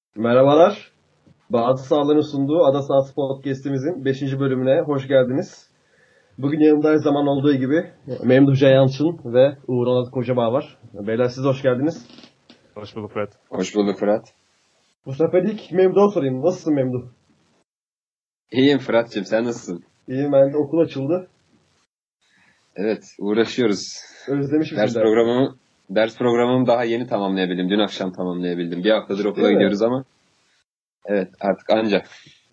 Merhabalar. Bazı Sağlar'ın sunduğu Ada Sahası Podcast'imizin 5. bölümüne hoş geldiniz. Bugün yanımda her zaman olduğu gibi Memduh Yalçın ve Uğur Onat Kocabağ var. Beyler siz hoş geldiniz. Hoş bulduk Fırat. Hoş bulduk Fırat. Bu sefer ilk Memduh'a sorayım. Nasılsın Memduh? İyiyim Fırat'cığım, sen nasılsın? İyiyim, ben de okul açıldı. Evet, uğraşıyoruz. Özlemişim Ders programımı daha yeni tamamlayabildim. Dün akşam tamamlayabildim. Bir haftadır okula gidiyoruz ama evet artık ancak.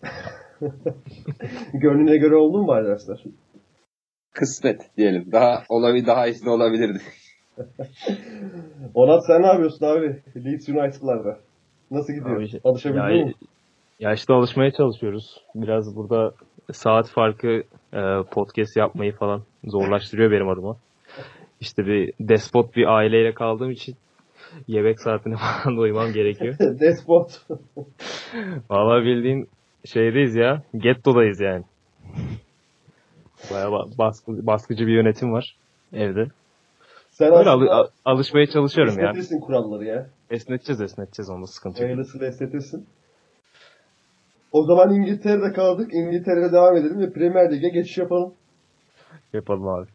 Gönlüne göre oldu mu bari dersler? Kısmet diyelim. Daha iyisi de olabilirdi. Onat sen ne yapıyorsun abi? Leeds United'larda. Nasıl gidiyor? Abi, Alışabildin mi? Ya işte alışmaya çalışıyoruz. Biraz burada saat farkı podcast yapmayı falan zorlaştırıyor benim adıma. İşte bir despot bir aileyle kaldığım için yemek saatine falan doymam gerekiyor. Despot. Vallahi bildiğin şeydeyiz ya. Getto'dayız yani. Bayağı baskıcı bir yönetim var evde. Sen Böyle aslında alışmaya çalışıyorum ya. esnetirsin kuralları ya. Esneteceğiz onda sıkıntı yok. Hayırlısıyla esnetirsin. O zaman İngiltere'de kaldık. İngiltere'de devam edelim ve Premier Lig'e geçiş yapalım. Yapalım abi.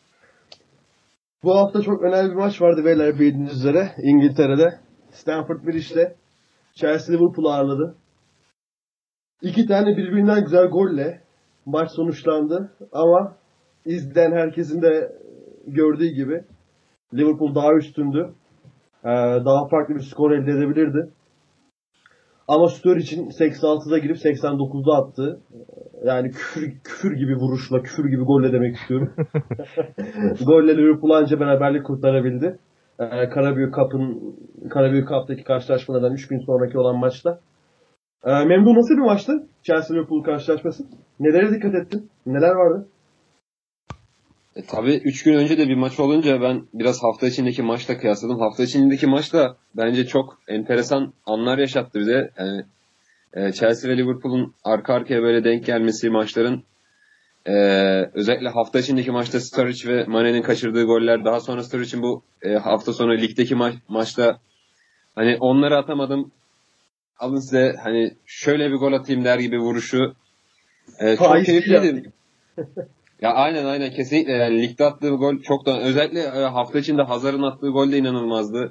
Bu hafta çok önemli bir maç vardı beyler, bildiğiniz üzere. İngiltere'de Stamford Bridge'de Chelsea Liverpool'u ağırladı. İki tane birbirinden güzel golle maç sonuçlandı. Ama izleyen herkesin de gördüğü gibi Liverpool daha üstündü. Daha farklı bir skor elde edebilirdi. Ama Sturridge'in 86'da girip 89'da attı. Yani küfür gibi vuruşla, küfür gibi golle demek istiyorum. Golle Liverpool anca beraberlik kurtarabildi. Karabük Cup'taki karşılaşmalardan 3 gün sonraki olan maçta. Memnun, nasıl bir maçtı Chelsea Liverpool karşılaşması? Nelere dikkat ettin? Neler vardı? Tabii 3 gün önce de bir maç olunca ben biraz hafta içindeki maçla kıyasladım. Hafta içindeki maç da bence çok enteresan anlar yaşattı bize. Yani, Chelsea ve Liverpool'un arka arkaya böyle denk gelmesi maçların, özellikle hafta içindeki maçta Sturridge ve Mane'nin kaçırdığı goller, daha sonra Sturridge'in bu hafta sonu ligdeki maçta hani onları atamadım, alın size hani şöyle bir gol atayım der gibi vuruşu çok keyifliydi. Ya aynen kesinlikle, yani ligde attığı gol çok da, özellikle hafta içinde Hazard'ın attığı gol de inanılmazdı.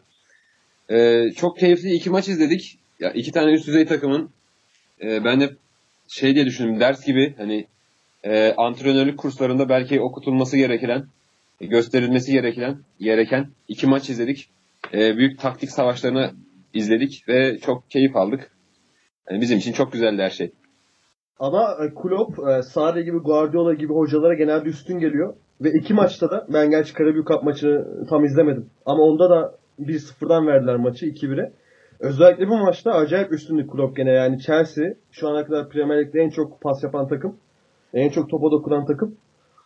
Çok keyifli iki maç izledik. Ya iki tane üst düzey takımın, ben de şey diye düşündüm, ders gibi hani antrenörlük kurslarında belki okutulması gereken, gösterilmesi gereken iki maç izledik. Büyük taktik savaşlarını izledik ve çok keyif aldık. Yani bizim için çok güzeldi her şey. Ama Klopp, Sarri gibi, Guardiola gibi hocalara genelde üstün geliyor. Ve iki maçta da, ben gerçi Karabük Cup maçını tam izlemedim. Ama onda da 1-0'dan verdiler maçı 2-1'e. Özellikle bu maçta acayip üstünlük Klopp gene. Yani Chelsea şu ana kadar Premier Lig'de en çok pas yapan takım. En çok topa dokunan takım.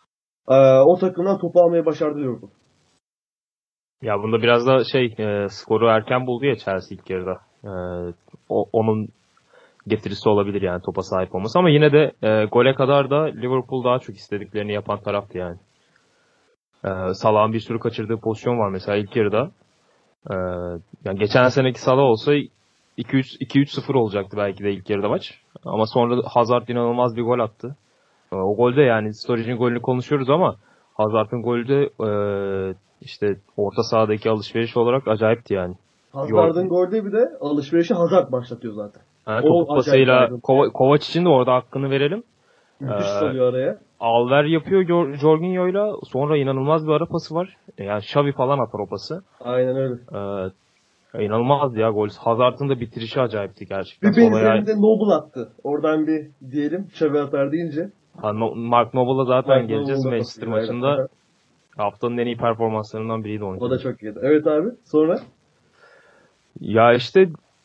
O takımdan topu almayı başardı Liverpool. Ya bunda biraz da skoru erken buldu ya Chelsea ilk yarıda. Onun getirisi olabilir yani topa sahip olması. Ama yine de gole kadar da Liverpool daha çok istediklerini yapan taraftı yani. Salah'ın bir sürü kaçırdığı pozisyon var mesela ilk yarıda. Yani geçen seneki Salah olsa 2-3-0 olacaktı belki de ilk yarıda maç. Ama sonra Hazard inanılmaz bir gol attı. O golde, yani Sturridge'in golünü konuşuyoruz ama Hazard'ın golü de işte orta sahadaki alışveriş olarak acayipti yani. Hazard'ın golde bir de alışverişi Hazard başlatıyor zaten. Yani topu pasıyla Kovac için de orada hakkını verelim. Müthiş salıyor araya. Alver yapıyor Jorginho'yla, sonra inanılmaz bir ara pası var. Yani Xavi falan atar o pası. Aynen öyle. İnanılmazdı ya gol. Hazard'ın da bitirişi acayipti gerçekten. Bir benzerini de Noble attı. Oradan bir diyelim, Xavi atar deyince. Mark Noble'a zaten Mark geleceğiz. Noble'da Manchester maçında evet. haftanın en iyi performanslarından biriydi onun. O da çok iyiydi. Evet abi. Sonra? Ya işte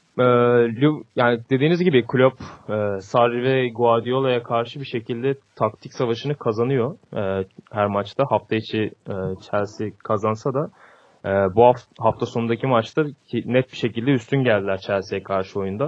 yani dediğiniz gibi Klopp, Sarri ve Guardiola'ya karşı bir şekilde taktik savaşını kazanıyor her maçta. Hafta içi Chelsea kazansa da bu hafta sonundaki maçta net bir şekilde üstün geldiler Chelsea'ye karşı oyunda.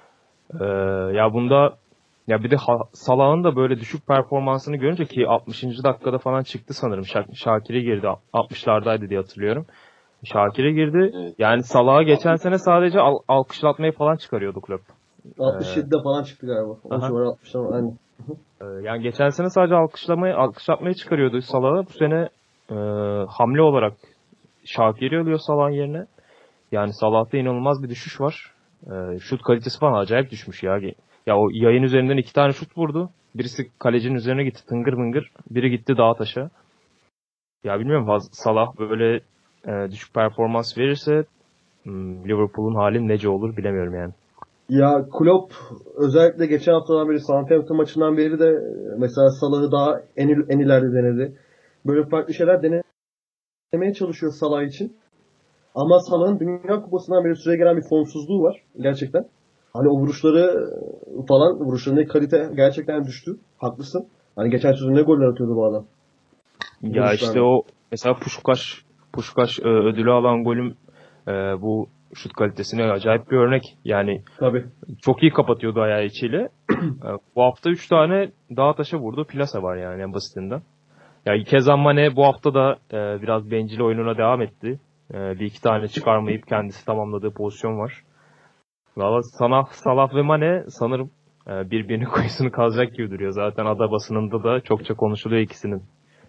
Ya bunda ya bir de Salah'ın da böyle düşük performansını görünce, ki 60. dakikada falan çıktı sanırım. Şakir'e girdi. 60'lardaydı diye hatırlıyorum. Şakir'e girdi. Evet. Yani Salah'a geçen sene sadece alkışlatmayı falan çıkarıyordu kulüp. 67'de falan çıktı galiba. O Aha. civarı 60'da aynı. Yani geçen sene sadece alkışlatmayı çıkarıyordu Salah'a. Bu sene hamle olarak Şakir'i alıyor Salah'ın yerine. Yani Salah'ta inanılmaz bir düşüş var. Şut kalitesi falan acayip düşmüş ya. Ya o yayın üzerinden 2 tane şut vurdu. Birisi kalecinin üzerine gitti tıngır mıngır. Biri gitti dağa taşa. Ya bilmiyorum Salah böyle düşük performans verirse Liverpool'un hali nece olur bilemiyorum yani. Ya Klopp özellikle geçen haftadan beri Southampton maçından beri de mesela Salah'ı daha en ileride denedi. Böyle farklı şeyler denemeye çalışıyor Salah için. Ama Salah'ın Dünya Kupası'ndan beri süre gelen bir formsuzluğu var gerçekten. Hani o vuruşları falan, vuruşlarındaki kalite gerçekten düştü. Haklısın. Hani geçen sezon ne goller atıyordu bu adam. Ya işte o mesela Puşkaş ödülü alan golüm bu şut kalitesine acayip bir örnek. Yani Tabii. çok iyi kapatıyordu ayağı içiyle. Bu hafta 3 tane dağa taşa vurdu. Plase var yani en basitinden. Ya Kezan Mane bu hafta da biraz bencil oyununa devam etti. Bir iki tane çıkarmayıp kendisi tamamladığı pozisyon var. Valla Salah ve Mane sanırım birbirinin kuyusunu kazacak gibi duruyor. Zaten ada basınında da çokça konuşuluyor ikisinin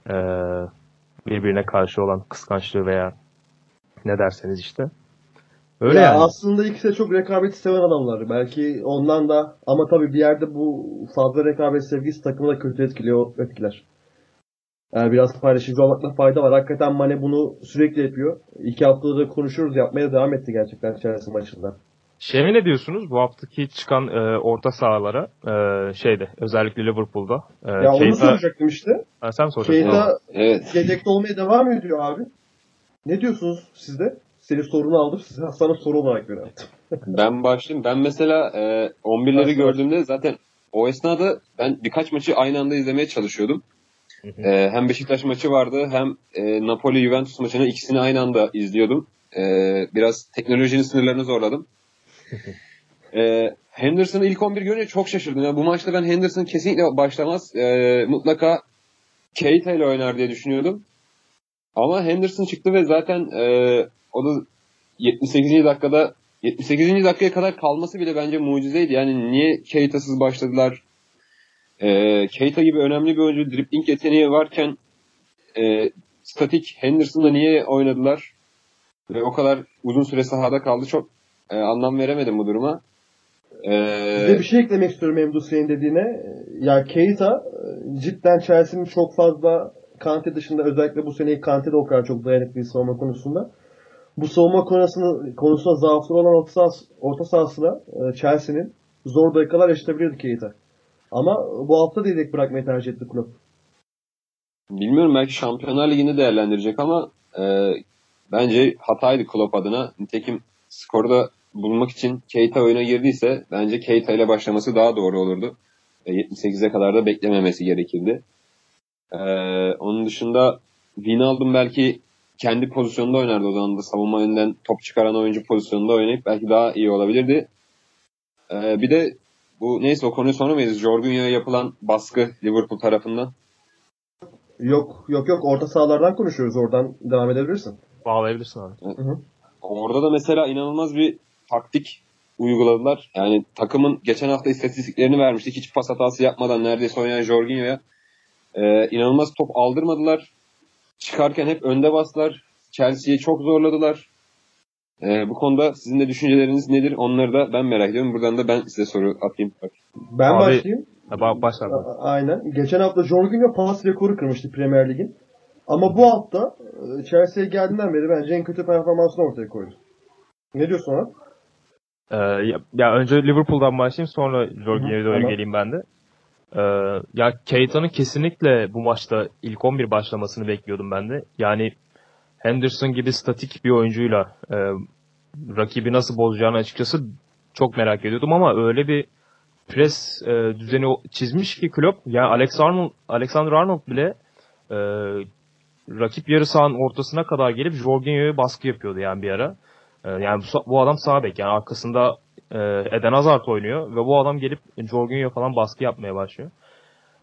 birbirine karşı olan kıskançlığı veya ne derseniz işte. Öyle ya yani. aslında ikisi de çok rekabeti seven adamlar. Belki ondan da ama tabii bir yerde bu fazla rekabet sevgisi takımı da kötü etkiler. Yani biraz paylaşıcı olmakta fayda var. Hakikaten Mane bunu sürekli yapıyor. 2 haftadır da konuşuyoruz. Yapmaya devam etti gerçekten Chelsea maçında. Şey ne diyorsunuz bu haftaki çıkan orta sahalara özellikle Liverpool'da? Ya onu soracaktım işte. Sen soracaksın. Keita Evet. yedekte olmaya devam ediyor abi. Ne diyorsunuz siz de? Senin sorunu aldım. Sana soru olarak yönelttim. Ben başlayayım. Ben mesela 11'leri gördüğümde zaten o esnada ben birkaç maçı aynı anda izlemeye çalışıyordum. Hem Beşiktaş maçı vardı hem Napoli-Juventus maçını ikisini aynı anda izliyordum. Biraz teknolojinin sınırlarını zorladım. Henderson'ı ilk 11 görünce çok şaşırdım. Yani bu maçta ben Henderson kesinlikle başlamaz. Mutlaka Keita ile oynar diye düşünüyordum. Ama Henderson çıktı ve zaten o da 78. dakikaya kadar kalması bile bence mucizeydi. Yani niye Keita'sız başladılar? Keita gibi önemli bir oyuncu, dribbling yeteneği varken statik Henderson'la niye oynadılar? Ve o kadar uzun süre sahada kaldı. Çok anlam veremedim bu duruma. Bir de bir şey eklemek istiyorum Emre Hüseyin dediğine. Ya Keita cidden Chelsea'nin çok fazla Kante dışında özellikle bu sene Kante de o kadar çok dayanıklı bir savunma konusunda. Bu savunma konusunda zaafları olan orta sahasına Chelsea'nin zor dakikalar yaşatabiliyordu Keita. Ama bu hafta da yedek bırakmayı tercih etti kulüp. Bilmiyorum belki Şampiyonlar Ligi'ni değerlendirecek ama bence hataydı Klopp adına. Nitekim skorda bulmak için Keita oyuna girdiyse bence Keita ile başlaması daha doğru olurdu. 78'e kadar da beklememesi gerekirdi. Onun dışında Wijnaldum belki kendi pozisyonunda oynardı o zaman da savunma yönünden top çıkaran oyuncu pozisyonunda oynayıp belki daha iyi olabilirdi. Bir de bu neyse o konuyu sonra mıyız? Jorginho'ya yapılan baskı Liverpool tarafından. Yok orta sahalardan konuşuyoruz. Oradan devam edebilirsin. Bağlayabilirsin abi. Hı. Orada da mesela inanılmaz bir taktik uyguladılar. Yani takımın geçen hafta istatistiklerini vermiştik. Hiç pas hatası yapmadan neredeyse oynayan Jorginho'ya inanılmaz top aldırmadılar. Çıkarken hep önde bastılar. Chelsea'yi çok zorladılar. Bu konuda sizin de düşünceleriniz nedir? Onları da ben merak ediyorum. Buradan da ben size soru atayım. Ben Abi, başlayayım. Başla. Aynen. Geçen hafta Jorginho pas rekoru kırmıştı Premier Lig'in. Ama bu hafta Chelsea'ye geldiğinden beri bence en kötü performansını ortaya koydu. Ne diyorsun ona? Ya önce Liverpool'dan başlayayım sonra Jorginho'ya doğru geleyim ben de. Ya Keita'nın kesinlikle bu maçta ilk 11 başlamasını bekliyordum ben de. Yani Henderson gibi statik bir oyuncuyla rakibi nasıl bozacağını açıkçası çok merak ediyordum ama öyle bir pres düzeni çizmiş ki Klopp. Yani Alexander Arnold bile rakip yarı sahanın ortasına kadar gelip Jorginho'ya baskı yapıyordu yani bir ara. Yani bu adam sağ bek yani arkasında Eden Hazard oynuyor ve bu adam gelip Jorginho'ya falan baskı yapmaya başlıyor.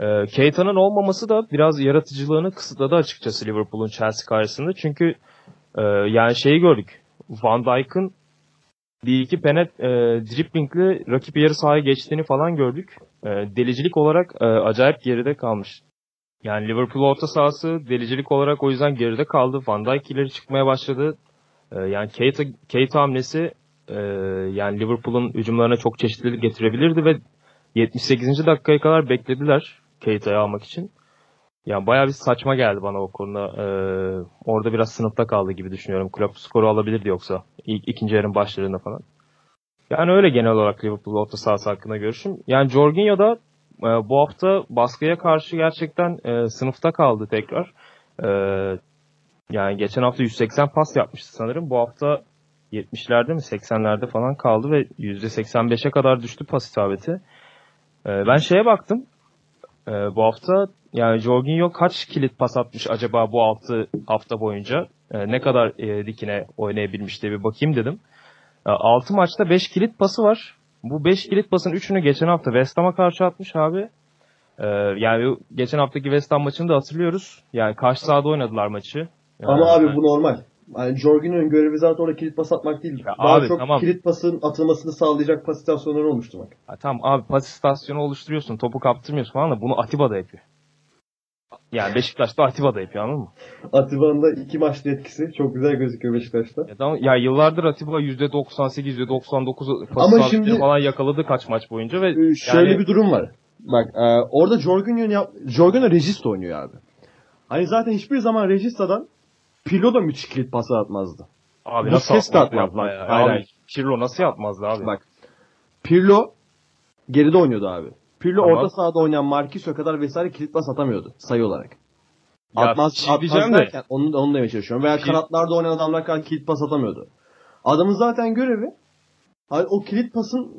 Keita'nın olmaması da biraz yaratıcılığını kısıtladı açıkçası Liverpool'un Chelsea karşısında. Çünkü Yani şeyi gördük. Van Dijk'ın bir iki driblingle rakip yarı sahaya geçtiğini falan gördük. Delicilik olarak acayip geride kalmış. Yani Liverpool orta sahası delicilik olarak o yüzden geride kaldı. Van Dijk ileri çıkmaya başladı. Yani Keita hamlesi yani Liverpool'un hücumlarına çok çeşitlilik getirebilirdi ve 78. dakikaya kadar beklediler Keita'yı almak için. Yani bayağı bir saçma geldi bana o konuda. Orada biraz sınıfta kaldı gibi düşünüyorum. Klopp skoru alabilirdi yoksa. İkinci yarının başlarında falan. Yani öyle genel olarak Liverpool orta sahası hakkında görüşüm. Yani Jorginho da bu hafta baskıya karşı gerçekten sınıfta kaldı tekrar. Yani geçen hafta 180 pas yapmıştı sanırım. Bu hafta 70'lerde mi 80'lerde falan kaldı ve %85'e kadar düştü pas isabeti. Ben şeye baktım. Bu hafta yani Jorginho kaç kilit pas atmış acaba bu 6 hafta boyunca? Ne kadar dikine oynayabilmiş diye bir bakayım dedim. 6 maçta 5 kilit pası var. Bu 5 kilit pasın 3'ünü geçen hafta West Ham'a karşı atmış abi. Yani geçen haftaki West Ham maçını da hatırlıyoruz. Yani karşı sahada oynadılar maçı. Ama abi bu normal. Yani Jorginho'nun görevi zaten orada kilit pas atmak değil. Ya Daha abi, çok tamam. kilit pasın atılmasını sağlayacak pas istasyonları oluşturmak. Tamam abi, pas istasyonu oluşturuyorsun, topu kaptırmıyorsun falan da bunu Atiba da yapıyor. Yani Beşiktaş'ta Atiba da yapıyor, anladın mı? Atiba'nın da 2 maçta etkisi çok güzel gözüküyor Beşiktaş'ta. Ya yıllardır Atiba %98, %99 pas Ama isabetleri şimdi falan yakaladı kaç maç boyunca ve şöyle yani bir durum var. Bak orada Jorginho Regista oynuyor abi. Hani zaten hiçbir zaman Regista'dan Pirlo da müthiş kilit pası atmazdı. abi Bu nasıl ses de atmazdı atmaz. ya? Hayır, Abi hayır. Pirlo nasıl atmazdı abi? Bak Pirlo geride oynuyordu abi. Pirlo Tamam. orta sahada oynayan Marquinhos kadar vesaire kilit pas atamıyordu sayı olarak. Ya, Atmaz diyeceğim de. derken onu demeye çalışıyorum. Veya kanatlarda oynayan adamlar kadar kilit pas atamıyordu. Adamın zaten görevi o kilit pasın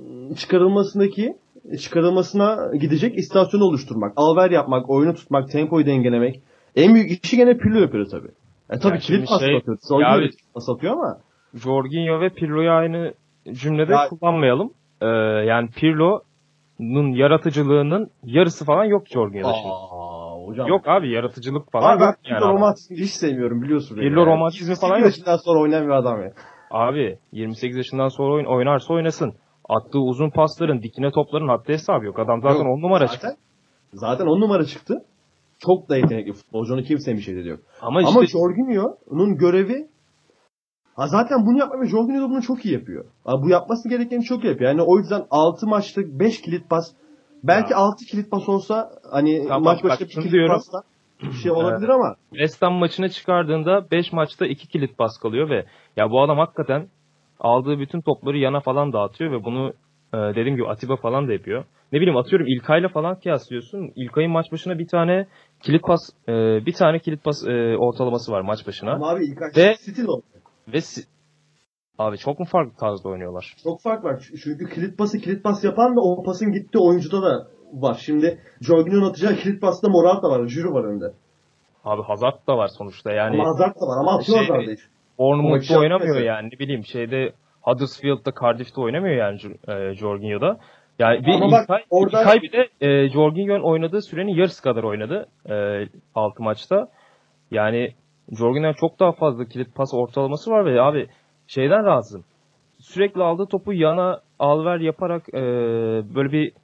çıkarılmasına gidecek istasyonu oluşturmak, alver yapmak, oyunu tutmak, tempoyu dengelemek. En büyük işi gene Pirlo yapıyor tabii. Tabii kilit pas atıyor. Jorginho pas atıyor ama Jorginho ve Pirlo'yu aynı cümlede ya, kullanmayalım. Yani Pirlo'nun yaratıcılığının yarısı falan yok Jorginho'da şimdi. Hocam. Yok abi, yaratıcılık falan yok yani. Pirlo romantizmi hiç sevmiyorum biliyorsun. Pirlo romantizmi falan yok. 28 yaşından sonra oynayan bir adam ya. Abi 28 yaşından sonra oynarsa oynasın. Attığı uzun pasların, dikine topların haddi hesabı yok. Adam zaten 10 numara çıktı. Zaten 10 numara çıktı. Çok da yetenekli futbolcu. Onu kimsenin bir şey dedi yok. Ama Jorginho'nun görevi zaten bunu yapmak ve Jorginho da bunu çok iyi yapıyor. Bu yapması gerekeni çok iyi yapıyor. Yani o yüzden 6 maçta 5 kilit pas, belki 6 kilit pas olsa hani tamam, maç başına 2 kilit pasla bir şey olabilir ama West Ham maçına çıkardığında 5 maçta 2 kilit pas kalıyor ve ya bu adam hakikaten aldığı bütün topları yana falan dağıtıyor ve bunu dediğim gibi Atiba falan da yapıyor. Ne bileyim, atıyorum İlkay'la falan kıyaslıyorsun. İlkay'ın maç başına bir tane kilit pas ortalaması var maç başına. Ama abi İlkay stil oldu. Abi çok mu farklı tarzda oynuyorlar? Çok fark var. Çünkü kilit pas yapan da o pasın gittiği oyuncuda da var. Şimdi Jorginho'nun atacağı kilit pasta Morata var, Giroud var önde. Abi Hazard da var sonuçta yani. Ama Hazard da var ama atıyor Hazard değil. Bournemouth'ta oynamıyor yani, ne bileyim Huddersfield'da, Cardiff'te oynamıyor yani Jorginho'da. Yani İlkay bir de Jorginho'nun oynadığı sürenin yarısı kadar oynadı 6 maçta. Yani Jorginho'nun çok daha fazla kilit pas ortalaması var ve abi şeyden rahatsızım. Sürekli aldığı topu yana alver yaparak böyle bir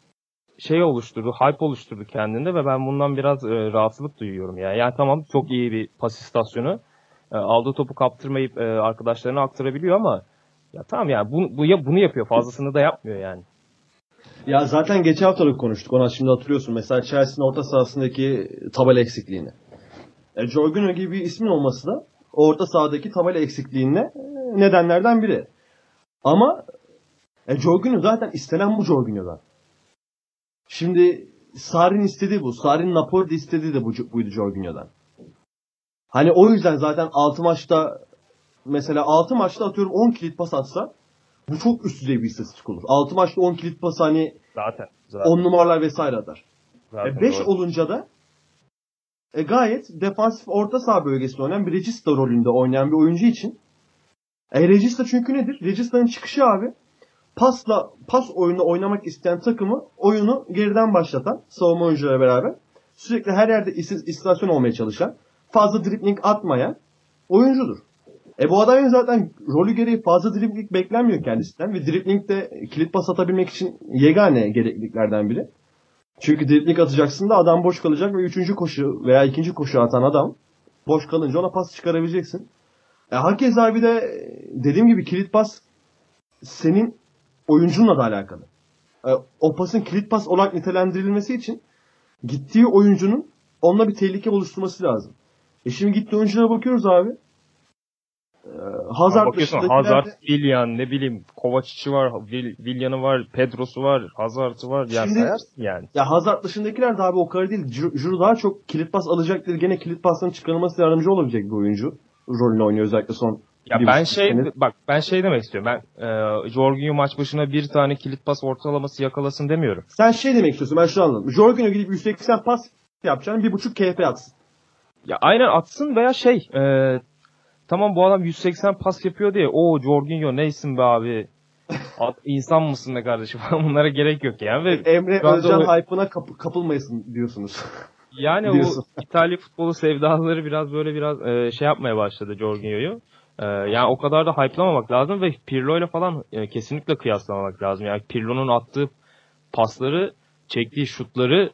hype oluşturdu kendinde ve ben bundan biraz rahatsızlık duyuyorum ya. Yani tamam, çok iyi bir pas istasyonu. Aldığı topu kaptırmayıp arkadaşlarına aktarabiliyor ama ya tamam yani bunu yapıyor. Fazlasını da yapmıyor yani. Ya zaten geçen hafta da konuştuk. Ona şimdi hatırlıyorsun. Mesela Chelsea'nin orta sahasındaki tabela eksikliğini. Jorginho gibi bir ismin olması da orta sahadaki tabela eksikliğine nedenlerden biri. Ama Jorginho zaten istenen bu Jorginho'dan. Şimdi Sarri'nin istediği bu. Sarri'nin Napoli'de istediği de buydu Jorginho'dan. Hani o yüzden zaten 6 maçta atıyorum 10 kilit pas atsa bu çok üst düzey bir istatistik olur. 6 maçta 10 kilit pas hani zaten 10 numaralar vesaire atar. 5 doğru. olunca da gayet defansif orta saha bölgesinde oynayan bir Regista rolünde oynayan bir oyuncu için Regista çünkü nedir? Regista'nın çıkışı abi pas oyunu oynamak isteyen takımı oyunu geriden başlatan savunma oyuncularıyla beraber sürekli her yerde istasyon olmaya çalışan, fazla dribbling atmayan oyuncudur. Bu adamın zaten rolü gereği fazla dribling beklenmiyor kendisinden ve dribling de kilit pas atabilmek için yegane gerekliliklerden biri. Çünkü dribling atacaksın da adam boş kalacak ve 3. koşu veya 2. koşu atan adam boş kalınca ona pas çıkarabileceksin. Hakeza bir de dediğim gibi kilit pas senin oyuncunla da alakalı. O pasın kilit pas olarak nitelendirilmesi için gittiği oyuncunun onunla bir tehlike oluşturması lazım. Şimdi gittiği oyunculara bakıyoruz abi. Hazard, Willian, ne bileyim Kovacic'i var, Willian'ı var, Pedro'su var, Hazard'ı var. Yani sayarsın yani. Ya Hazard dışındakiler de abi o kadar değil. Giroud daha çok kilit pas alacaktır. Gene kilit pasların çıkarılması yardımcı olabilecek bir oyuncu. Rolünü oynuyor özellikle son. Ya ben şey demek istiyorum. Ben Jorginho maç başına bir tane kilit pas ortalaması yakalasın demiyorum. Sen şey demek istiyorsun. Ben şunu anladım. Jorginho gidip 180 pas yapacağını 1.5 KP atsın. Ya aynen atsın veya tamam bu adam 180 pas yapıyor diye. O Jorginho neysin be abi? İnsan mısın be kardeşim? Bunlara gerek yok yani. Ve Emre Özcan hype'ına kapılmayasın diyorsunuz. Yani o İtalya futbolu sevdalıları biraz şey yapmaya başladı Jorginho'yu. Yani o kadar da hype'lamamak lazım ve Pirlo ile falan kesinlikle kıyaslamamak lazım. Yani Pirlo'nun attığı pasları, çektiği şutları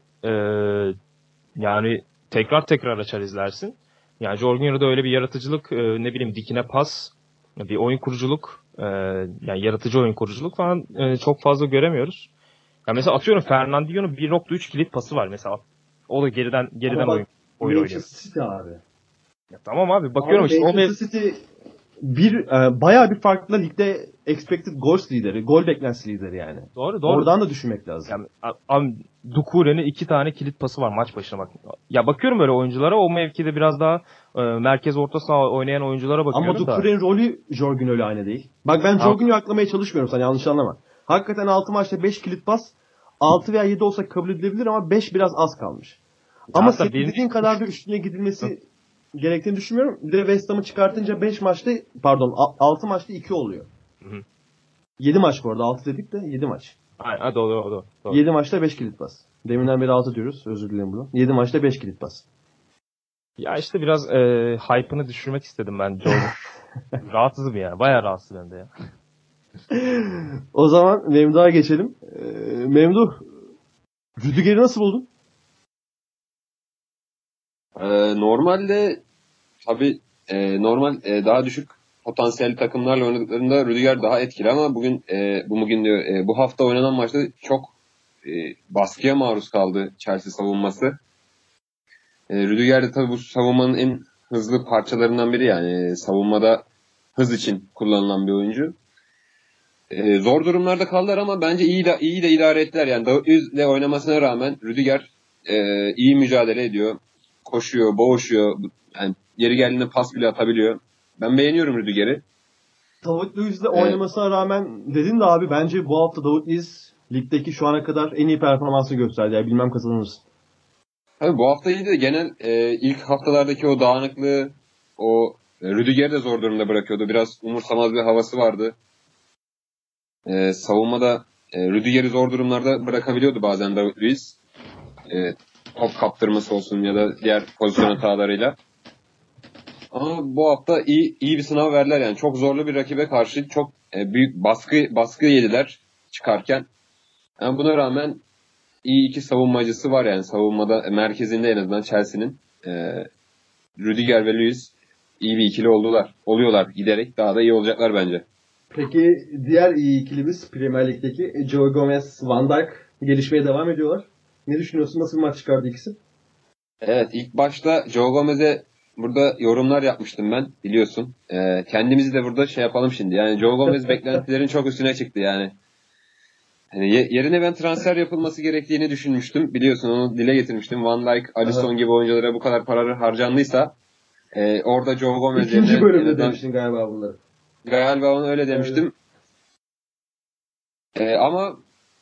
yani tekrar açar izlersin. Yani Jorginho'da öyle bir yaratıcılık, ne bileyim dikine pas, bir oyun kuruculuk, yani yaratıcı oyun kuruculuk falan çok fazla göremiyoruz. Yani mesela atıyorum Fernandinho'nun 1.3 kilit pası var mesela. O da geriden oyun oynuyor. Manchester City abi. Ya tamam abi bakıyorum abi, işte Manchester City bayağı bir farklı ligde expected goals lideri, gol beklentisi lideri yani. Doğru. Oradan da düşünmek lazım. Yani Doucouré'nin 2 tane kilit pası var maç başına bak. Ya bakıyorum böyle oyunculara, o mevkide biraz daha merkez orta saha oynayan oyunculara bakıyorum. Ama Doucouré'nin rolü Jorginho'yla aynı değil. Bak ben Jorginho'yu aklamaya çalışmıyorum, sen yanlış anlama. Hakikaten 6 maçta 5 kilit pas, 6 veya 7 olsa kabul edilebilir ama 5 biraz az kalmış. Ama senin dediğin kadar da üstüne gidilmesi gerektiğini düşünmüyorum. Bir de West Ham'ı çıkartınca 6 maçta 2 oluyor. Hı. 7 maç bu arada, 6 dedik de 7 maç. Aynen doğru. 7 maçta 5 kilit pas. Deminden beri 6 diyoruz, özür dilerim bunu. 7 maçta 5 kilit pas. Ya işte biraz hype'ını düşürmek istedim ben Jordan. Rahatsızım ya, bayağı rahatsız bende ya. O zaman Memduh'a geçelim. Memduh, Rüdiger'i nasıl buldun? Normalde tabii normal daha düşük potansiyelli takımlarla oynadıklarında Rüdiger daha etkili ama bu hafta oynanan maçta çok baskıya maruz kaldı Chelsea savunması. Rüdiger de tabii bu savunmanın en hızlı parçalarından biri, yani savunmada hız için kullanılan bir oyuncu. Zor durumlarda kaldılar ama bence iyi de idare ettiler. Yani Davies oynamasına rağmen Rüdiger iyi mücadele ediyor. Koşuyor, boğuşuyor. Yani yeri geldiğinde pas bile atabiliyor. Ben beğeniyorum Rüdiger'i. David Luiz'le oynamasına rağmen dedin de abi, bence bu hafta David Luiz ligdeki şu ana kadar en iyi performansı gösterdi. Yani bilmem kazanırız. Tabii bu hafta iyiydi de genel ilk haftalardaki o dağınıklığı, o Rüdiger'i de zor durumda bırakıyordu. Biraz umursamaz bir havası vardı. Savunmada Rüdiger'i zor durumlarda bırakabiliyordu bazen David Luiz. Top kaptırması olsun ya da diğer pozisyon hatalarıyla. Ama bu hafta iyi bir sınav verdiler yani. Çok zorlu bir rakibe karşı çok büyük baskı yediler çıkarken. Yani buna rağmen iyi iki savunmacısı var yani savunmada, merkezinde en azından Chelsea'nin. Rüdiger ve Luiz iyi bir ikili oluyorlar giderek, daha da iyi olacaklar bence. Peki diğer iyi ikilimiz Premier Lig'deki Joe Gomez, Van Dijk gelişmeye devam ediyorlar. Ne düşünüyorsun? Nasıl bir maç çıkardı ikisi? Evet, ilk başta Joe Gomez'e burada yorumlar yapmıştım ben, biliyorsun. Kendimizi de burada yapalım şimdi. Yani Joe Gomez beklentilerin çok üstüne çıktı yani. Yerine ben transfer yapılması gerektiğini düşünmüştüm. Biliyorsun, onu dile getirmiştim. Van Dijk, Alisson gibi oyunculara bu kadar para harcandıysa orada Joe Gomez yerine... İkinci bölümde demiştin galiba bunları. Galiba onu öyle demiştim. Ama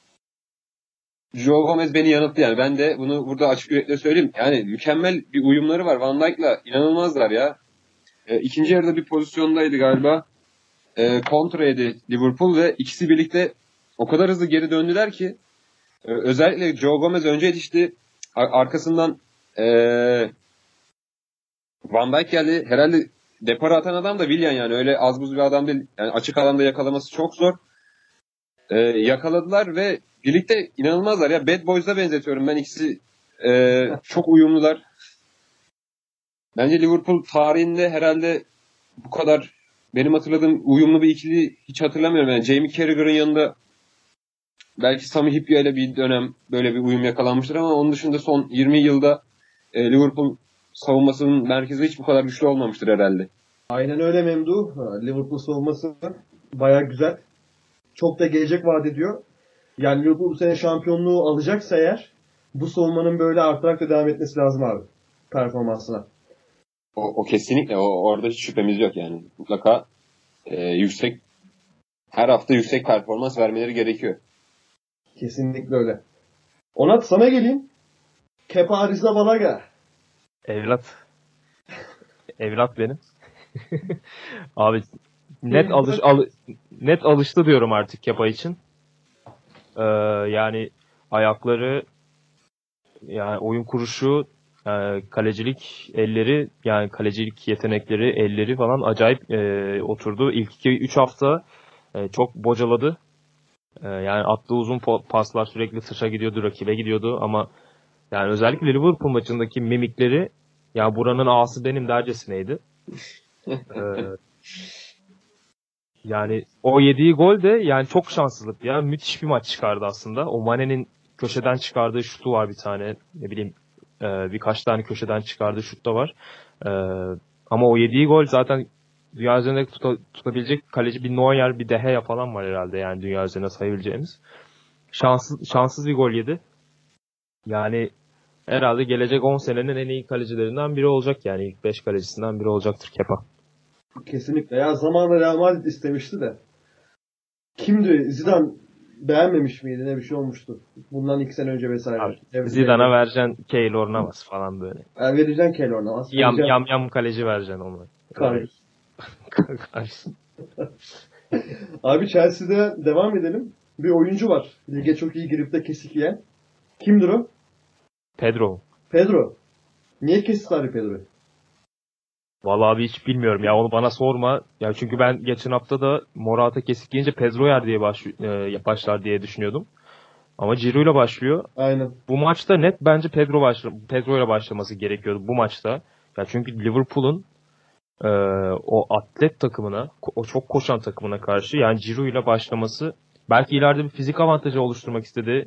Joe Gomez beni yanılttı yani. Ben de bunu burada açık yürekle söyleyeyim. Yani mükemmel bir uyumları var. Van Dijk'la inanılmazlar ya. İkinci yarıda bir pozisyondaydı galiba. Kontra yedi Liverpool ve ikisi birlikte o kadar hızlı geri döndüler ki özellikle Joe Gomez önce yetişti. Arkasından Van Dijk geldi. Herhalde depara atan adam da Willian yani. Öyle az buz bir adam değil. Yani açık alanda yakalaması çok zor. Yakaladılar ve birlikte inanılmazlar ya. Bad Boys'a benzetiyorum. Ben ikisi çok uyumlular. Bence Liverpool tarihinde herhalde bu kadar benim hatırladığım uyumlu bir ikili hiç hatırlamıyorum. Yani Jamie Carragher'ın yanında belki Sami Hyypiä ile bir dönem böyle bir uyum yakalanmıştır ama onun dışında son 20 yılda Liverpool savunmasının merkezi hiç bu kadar güçlü olmamıştır herhalde. Aynen öyle Memduh. Liverpool savunması bayağı güzel. Çok da gelecek vaat ediyor. Yani Liverpool bu sene şampiyonluğu alacaksa eğer bu savunmanın böyle artarak da devam etmesi lazım abi. Performansına. O kesinlikle. Orada hiç şüphemiz yok yani. Mutlaka yüksek her hafta yüksek performans vermeleri gerekiyor. Kesinlikle öyle. Onat sana geleyim. Kepa Arrizabalaga. Evlat. Evlat benim. Abi net alıştı diyorum artık Kepa için. Yani ayakları, yani oyun kuruşu, kalecilik elleri, yani kalecilik yetenekleri, elleri falan acayip oturdu. İlk 2-3 hafta çok bocaladı. Yani attığı uzun paslar sürekli tışa gidiyordu, rakibe gidiyordu ama yani özellikle Liverpool maçındaki mimikleri, ya buranın ağası benim dercesineydi. Yani o yediği gol de yani çok şanssızlık ya. Müthiş bir maç çıkardı aslında. O Mane'nin köşeden çıkardığı şutu var bir tane. Ne bileyim birkaç tane köşeden çıkardığı şut da var. Ama o yediği gol zaten dünya üzerinde tutabilecek kaleci bir Neuer, bir De Gea falan var herhalde. Yani dünya üzerine sayabileceğimiz. Şanssız bir gol yedi. Yani herhalde gelecek 10 senenin en iyi kalecilerinden biri olacak yani. İlk 5 kalecisinden biri olacaktır Kepa. Kesinlikle. Ya zamanında Real Madrid istemişti de. Kimdi? Zidane beğenmemiş miydi? Ne bir şey olmuştu. Bundan 2 sene önce vesaire. Abi, Zidane'a vereceksin Keylor Navas falan böyle. Vereceksin Keylor Navas. Yam kaleci vereceksin onu. Karius. Abi Chelsea'de devam edelim. Bir oyuncu var. Lige çok iyi girip de kesik yiyen. Kimdir o? Pedro. Niye kesti abi Pedro'yu? Vallahi abi hiç bilmiyorum ya, onu bana sorma. Ya çünkü ben geçen hafta da Morata kesik yiyince Pedro yer diye başlar diye düşünüyordum. Ama Ciro ile başlıyor. Aynen. Bu maçta net bence Pedro ile başlaması gerekiyordu bu maçta. Ya çünkü Liverpool'un o atlet takımına, o çok koşan takımına karşı yani Ciro ile başlaması, belki ileride bir fizik avantajı oluşturmak istedi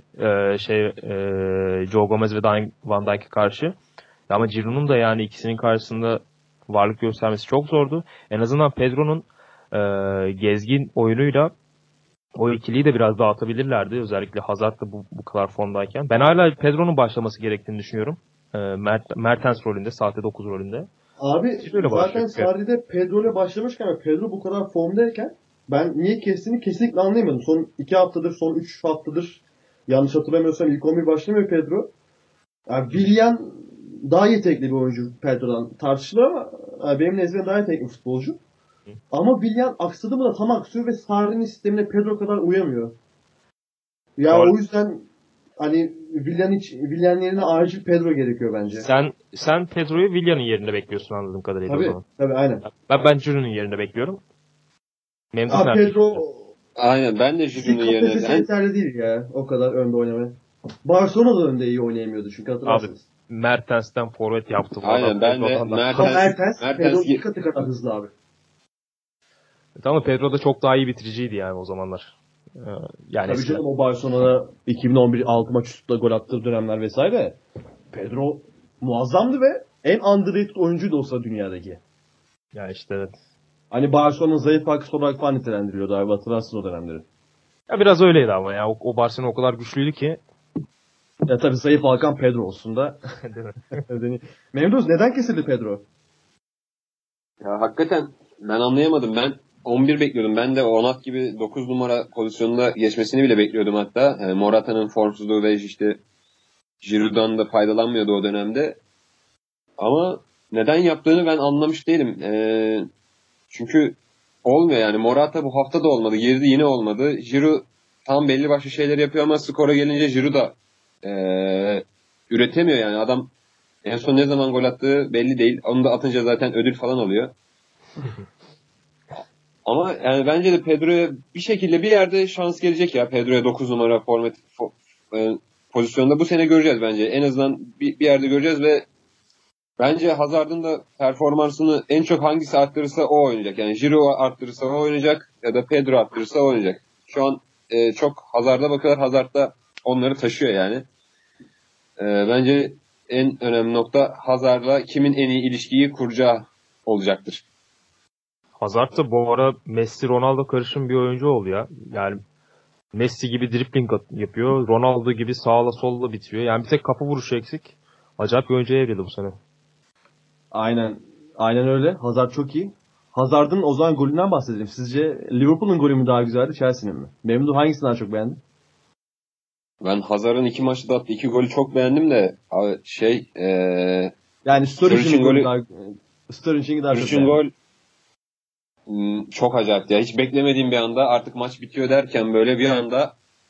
Joe Gomez ve Van Dijk'e karşı. Ama Ciro'nun da yani ikisinin karşısında varlık göstermesi çok zordu. En azından Pedro'nun gezgin oyunuyla o ikiliyi de biraz dağıtabilirlerdi. Özellikle Hazard da bu kadar formdayken. Ben hala Pedro'nun başlaması gerektiğini düşünüyorum. Mertens rolünde, sahte 9 rolünde. Abi zaten Sarri'de Pedro ile başlamışken Pedro bu kadar formdayken ben niye kestiğini kesinlikle anlayamadım. Son 2 haftadır, son 3 haftadır yanlış hatırlamıyorsam ilk 11 başlamıyor Pedro. Yani Willian daha yetenekli bir oyuncu Pedro'dan tartışılır ama benim nezdimde daha yetenekli bir futbolcu. Ama Willian aksadı mı da tam aksıyor ve Sarri'nin sistemine Pedro kadar uyamıyor. Yani o yüzden hani Willian yerine acil Pedro gerekiyor bence. Sen Pedro'yu Willian'ın yerinde bekliyorsun anladığım kadarıyla. Tabii, o zaman. Tabii aynen. Ben Giroud'un yerinde bekliyorum. Pedro aynen, ben de Giroud'un yerine. Yeterli değil ya o kadar önde oynamaya. Barcelona'da önde iyi oynayamıyordu çünkü hatırlarsınız. Abi Mertens'ten forvet yaptı. Aynen, ben de Mertens Pedro 2 katı kadar hızlı abi. Tamam, Pedro da çok daha iyi bitiriciydi yani o zamanlar. Yani tabii canım, o Barcelona'da 2011 6 maç üstüne gol attığı dönemler vesaire. Pedro muazzamdı ve en underrated oyuncuydu olsa dünyadaki. Ya işte evet. Hani Barcelona'nın zayıf halkası olarak falan nitelendiriyordu abi, hatırlarsınız o dönemleri. Ya biraz öyleydi ama ya o Barcelona o kadar güçlüydü ki. Ya tabii zayıf halkan Pedro olsun da. Memduh, neden kesildi Pedro? Ya hakikaten ben anlayamadım. Ben 11 bekliyordum. Ben de Onat gibi 9 numara pozisyonunda geçmesini bile bekliyordum hatta. Yani Morata'nın formsuzluğu ve işte Giroud'dan da faydalanmıyordu o dönemde. Ama neden yaptığını ben anlamış değilim. Çünkü olmuyor yani. Morata bu hafta da olmadı. Girdi yine olmadı. Giroud tam belli başlı şeyler yapıyor ama skora gelince Giroud da üretemiyor yani. Adam en son ne zaman gol attığı belli değil. Onu da atınca zaten ödül falan alıyor. Ama yani bence de Pedro'ya bir şekilde bir yerde şans gelecek ya. Pedro'ya 9 numara forvet pozisyonda bu sene göreceğiz bence. En azından bir yerde göreceğiz ve bence Hazard'ın da performansını en çok hangisi arttırırsa o oynayacak. Yani Giroud arttırırsa o oynayacak ya da Pedro arttırırsa o oynayacak. Şu an çok Hazard'a bakıyorlar. Hazard da onları taşıyor yani. Bence en önemli nokta Hazard'la kimin en iyi ilişkiyi kuracağı olacaktır. Hazard da bu ara Messi Ronaldo karışım bir oyuncu oldu ya. Yani Messi gibi dribbling yapıyor. Ronaldo gibi sağla solla bitiriyor. Yani bir tek kafa vuruşu eksik. Acayip bir oyuncuya evrildi bu sene. Aynen. Aynen öyle. Hazard çok iyi. Hazard'ın o zaman golünden bahsedelim. Sizce Liverpool'un golü mü daha güzeldi, Chelsea'nin mi? Memnun, hangisini daha çok beğendin? Ben Hazard'ın 2 maçta attığı 2 golü çok beğendim de abi Yani Sturridge'in golü golü- daha Sturridge'in daha çok Sturridge'in beğendim. gol çok acayip ya. Hiç beklemediğim bir anda artık maç bitiyor derken böyle bir anda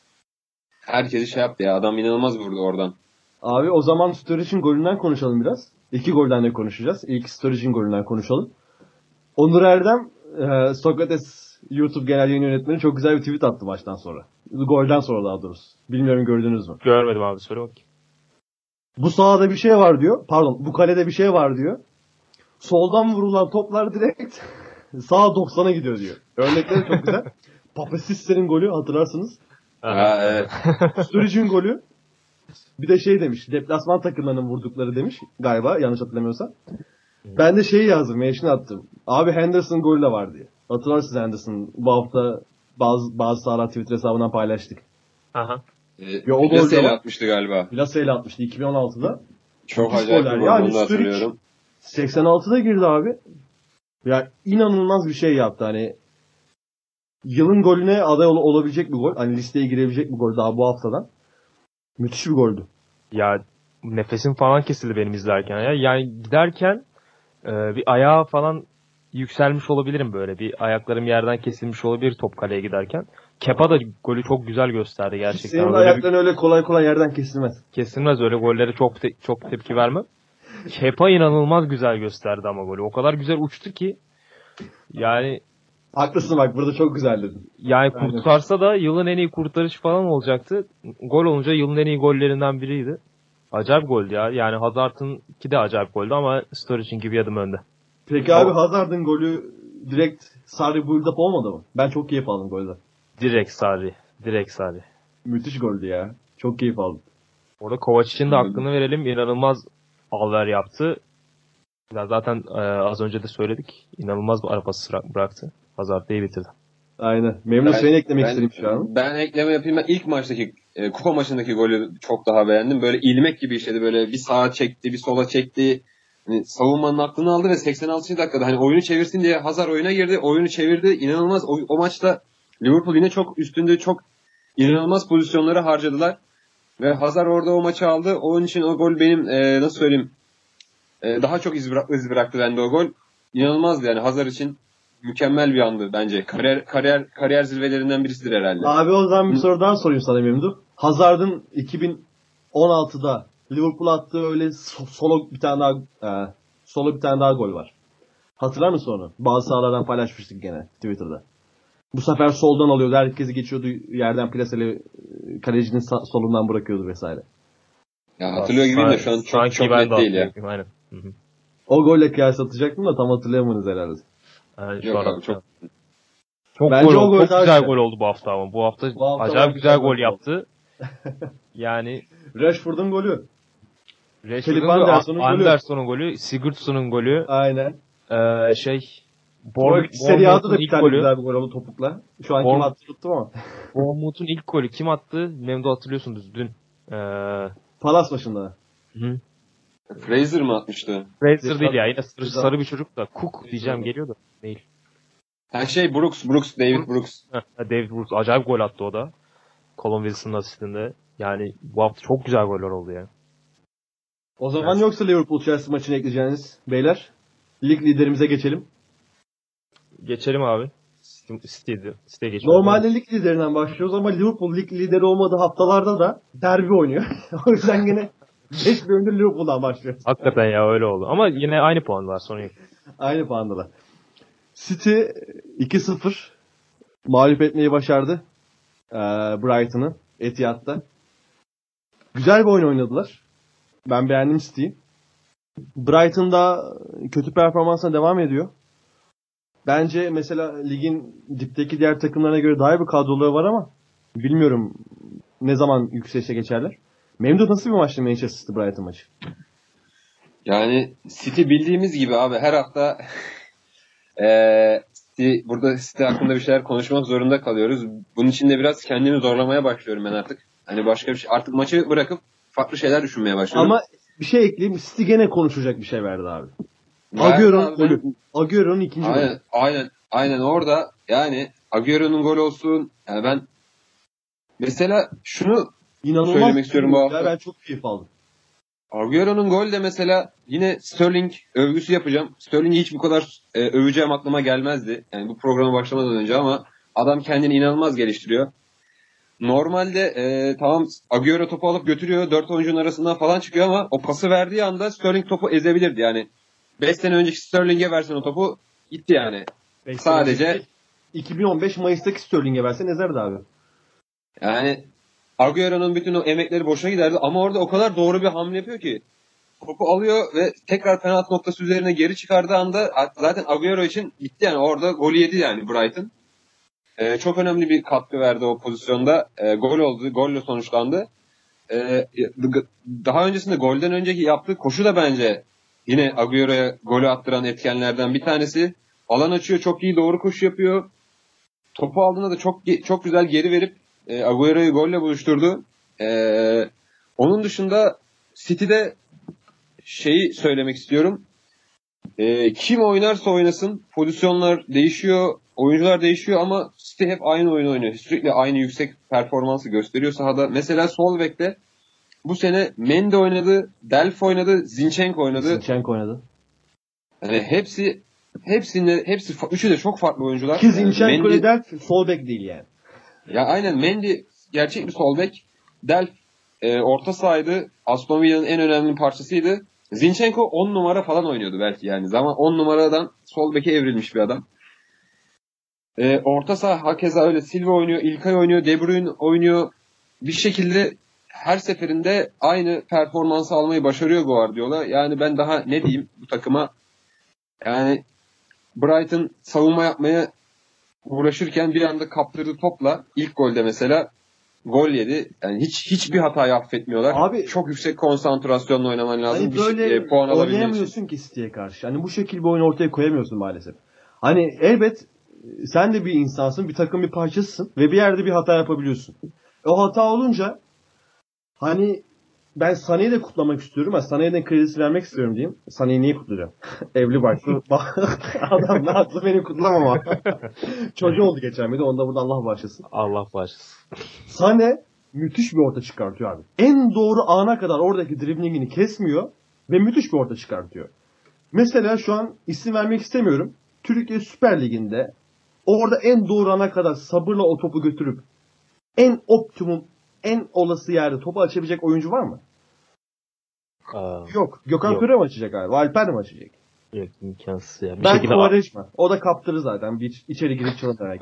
herkesi şey yaptı ya. Adam inanılmaz vurdu oradan. Abi o zaman Sturridge'in golünden konuşalım biraz. İki golden de konuşacağız. İlk Sturridge'in golünden konuşalım. Onur Erdem, Sokrates YouTube genel yayın yönetmeni çok güzel bir tweet attı maçtan sonra. Golden sonra daha doğrusu. Bilmiyorum, gördünüz mü? Görmedim abi, söyle bakayım. Bu sahada bir şey var diyor. Pardon, bu kalede bir şey var diyor. Soldan vurulan toplar direkt sağa 90'a gidiyor diyor. Örnekleri çok güzel. Papasisse'nin golü hatırlarsınız. Ha, evet. Sturridge'in golü. Bir de şey demiş. Deplasman takımlarının vurdukları demiş. Galiba yanlış hatırlamıyorsam. Ben de şeyi yazdım. Mention attım. Abi Henderson golü de var diye. Hatırlarsınız Henderson. Bu hafta bazı sahalar Twitter hesabından paylaştık. Aha. Ya, o Plase'yle golde atmıştı galiba. Plase'yle atmıştı 2016'da. Çok Müthiş acayip goller. bir gol, Yani onu da Sturridge hatırlıyorum. 86'da girdi abi. Ya inanılmaz bir şey yaptı. Hani yılın golüne aday olabilecek bir gol. Hani listeye girebilecek bir gol daha bu haftadan. Müthiş bir goldü. Ya nefesim falan kesildi benim izlerken ya. Yani giderken bir ayağa falan yükselmiş olabilirim böyle. Bir ayaklarım yerden kesilmiş olabilir top kaleye giderken. Kepa da golü çok güzel gösterdi gerçekten. Senin Öyle ayakların öyle kolay kolay yerden kesilmez. kesilmez, öyle gollere çok tepki vermem. Kepa inanılmaz güzel gösterdi ama golü. O kadar güzel uçtu ki yani Haklısın, bak burada çok güzel dedin. Yani Aynen. kurtarsa da yılın en iyi kurtarışı falan olacaktı. Gol olunca yılın en iyi gollerinden biriydi. Acayip goldü ya. Yani Hazard'ınki de acayip goldü ama Sturridge'inki bir adım önde. Peki abi Hazard'ın golü direkt Sarri build up olmadı mı? Ben çok keyif aldım golden. Direkt Sarri. Direkt Sarri. Müthiş goldü ya. Çok keyif aldım. Orada Kovacic'in de hakkını verelim. İnanılmaz alver yaptı. Ya zaten az önce de söyledik. İnanılmaz bir ara pası bıraktı. Hazard da iyi bitirdi. Aynen. Memnun, seni eklemek istedim şu an. Ben ekleme yapayım. Ben ilk maçtaki kupa maçındaki golü çok daha beğendim. Böyle ilmek gibi işledi. Böyle bir sağa çekti, bir sola çekti. Hani savunmanın aklını aldı ve 86. dakikada hani oyunu çevirsin diye Hazard oyuna girdi. Oyunu çevirdi. İnanılmaz. O maçta Liverpool yine çok üstünde, çok inanılmaz pozisyonları harcadılar. Ve Hazard orada o maçı aldı. Onun için o gol benim nasıl söyleyeyim daha çok iz bıraktı bende o gol. İnanılmazdı yani Hazard için mükemmel bir andı bence. Kariyer zirvelerinden birisidir herhalde. Abi o zaman bir soru daha sorayım sana Memduh. Hazard'ın 2016'da Liverpool'a attığı öyle solo bir tane daha gol var. Hatırlar mısın onu? Bazı sahalardan paylaşmıştık gene Twitter'da. Bu sefer soldan alıyordu. Herkesi geçiyordu. Yerden plaseli kalecinin solundan bırakıyordu vesaire. Ya hatırlıyor gibiyim de şu an çok ben net de değil ya. hatırlıyorum. Aynen. Hı hı. O golle kıyaslatacaktım da tam hatırlayamadınız herhalde. Yani şu Yok an abi, çok Bence gol o oldu. gol Çok daha güzel güzel. gol oldu bu hafta ama. Bu hafta Bu hafta acayip var, güzel güzel gol gol yaptı. Yani Rashford'un golü. Rashford'un Philip Anderson'un golü. Anderson'un golü, Sigurdsson'un golü, Aynen. Serie A'da da bir ilk tane golü. güzel bir gol oldu topukla. Şu an kim attı tuttum ama. Bournemouth'un ilk golü kim attı? Memdu hatırlıyorsunuz dün. Palas başında. Hı. Fraser mı atmıştı? Fraser değil ya, yine sarı bir çocuk da. Cook diyeceğim, geliyordu. Değil. Her şey David Brooks. David Brooks acayip gol attı o da. Colin Wilson'ın asistinde. Yani bu hafta çok güzel goller oldu ya. O zaman yoksa Liverpool Chelsea maçını ekleyeceğiniz beyler. Lig liderimize geçelim. Geçelim abi. City'ye geçelim. Normalde lig liderinden başlıyoruz ama Liverpool lig lideri olmadığı haftalarda da derbi oynuyor. O yüzden gene 5 bölümde Liverpool'dan başlıyoruz. Hakikaten ya, öyle oldu. Ama yine aynı puan var, sorun yok. Aynı puandalar. City 2-0 mağlup etmeyi başardı Brighton'ı Etihad'da. Güzel bir oyun oynadılar. Ben beğendim City'yi. Brighton da kötü performansına devam ediyor. Bence mesela ligin dipteki diğer takımlarına göre daha iyi bir kadroları var ama bilmiyorum ne zaman yükselişe geçerler. Memduh, nasıl bir maçtı Manchester City Brighton maçı? Yani City bildiğimiz gibi abi her hafta burada City hakkında bir şeyler konuşmak zorunda kalıyoruz. Bunun için de biraz kendimi zorlamaya başlıyorum ben artık. Hani başka bir şey, artık maçı bırakıp farklı şeyler düşünmeye başlıyorum. Ama bir şey ekleyeyim. City gene konuşacak bir şey verdi abi. Agüero'nun ikinci golü. Aynen orada yani Agüero'nun golü olsun. Yani ben mesela şunu söylemek istiyorum bu hafta. Ben çok keyif aldım. Agüero'nun gol de mesela yine Sterling övgüsü yapacağım. Sterling'i hiç bu kadar öveceğim aklıma gelmezdi. Yani bu programa başlamadan önce ama adam kendini inanılmaz geliştiriyor. Normalde tamam Agüero topu alıp götürüyor. 4 oyuncunun arasından falan çıkıyor ama o pası verdiği anda Sterling topu ezebilirdi. Yani 5 sene önceki Sterling'e versen o topu gitti yani. Sadece 2015 Mayıs'taki Sterling'e versen ezerdi abi. Yani Agüero'nun bütün o emekleri boşuna giderdi ama orada o kadar doğru bir hamle yapıyor ki topu alıyor ve tekrar penaltı noktası üzerine geri çıkardığı anda zaten Agüero için gitti yani orada golü yedi yani Brighton. Çok önemli bir katkı verdi o pozisyonda. Gol oldu. Golle sonuçlandı. Daha öncesinde golden önceki yaptığı koşu da bence yine Agüero'ya golü attıran etkenlerden bir tanesi. Alan açıyor. Çok iyi doğru koşu yapıyor. Topu aldığında da çok güzel geri verip Agüero'yu golle buluşturdu. Onun dışında City'de şeyi söylemek istiyorum. Kim oynarsa oynasın pozisyonlar değişiyor, oyuncular değişiyor ama City hep aynı oyunu oynuyor. Sürekli aynı yüksek performansı gösteriyor sahada. Mesela sol bekte bu sene Mendy oynadı, Delph oynadı, Zinchenko oynadı. Yani hepsi üçü de çok farklı oyuncular. Ki Zinchenko ile Delph sol bek değil yani. Ya aynen Mendy gerçek bir sol bek. Delph orta sahaydı. Aston Villa'nın en önemli parçasıydı. Zinchenko 10 numara falan oynuyordu belki yani. Zaman 10 numaradan sol beke evrilmiş bir adam. Orta saha hakeza öyle. Silva oynuyor, İlkay oynuyor, De Bruyne oynuyor. Bir şekilde her seferinde aynı performansı almayı başarıyor Guardiola. Yani ben daha ne diyeyim bu takıma. Yani Brighton savunma yapmaya uğraşırken bir anda kaptırdığı topla ilk golde mesela gol yedi. Yani hiçbir hatayı affetmiyorlar. Abi, çok yüksek konsantrasyonla oynaman lazım. Hani böyle puan alabilmek için. Oynayamıyorsun ki City'ye karşı. Hani bu şekilde bir oyun ortaya koyamıyorsun maalesef. Hani elbet sen de bir insansın, bir takım bir parçasısın ve bir yerde bir hata yapabiliyorsun. O hata olunca hani ben Sané'yi de kutlamak istiyorum. Sané'ye de kredisi vermek istiyorum diyeyim. Sané'yi niye kutlayacağım? Evli barklı. Adam ne haklı beni kutlamama. Çocuğu oldu geçen bir de. Onda burada Allah bağışlasın. Allah bağışlasın. Sané müthiş bir orta çıkartıyor abi. En doğru ana kadar oradaki driblingini kesmiyor ve müthiş bir orta çıkartıyor. Mesela şu an isim vermek istemiyorum. Türkiye Süper Ligi'nde orada en doğru ana kadar sabırla o topu götürüp en optimum, en olası yerde topu açabilecek oyuncu var mı? Yok. Gökhan Töre mi açacak abi? Alper mi açacak? Yok, imkansız ya. Ben Quaresma. O da kaptırır zaten. Bir içeri girip çalınarak.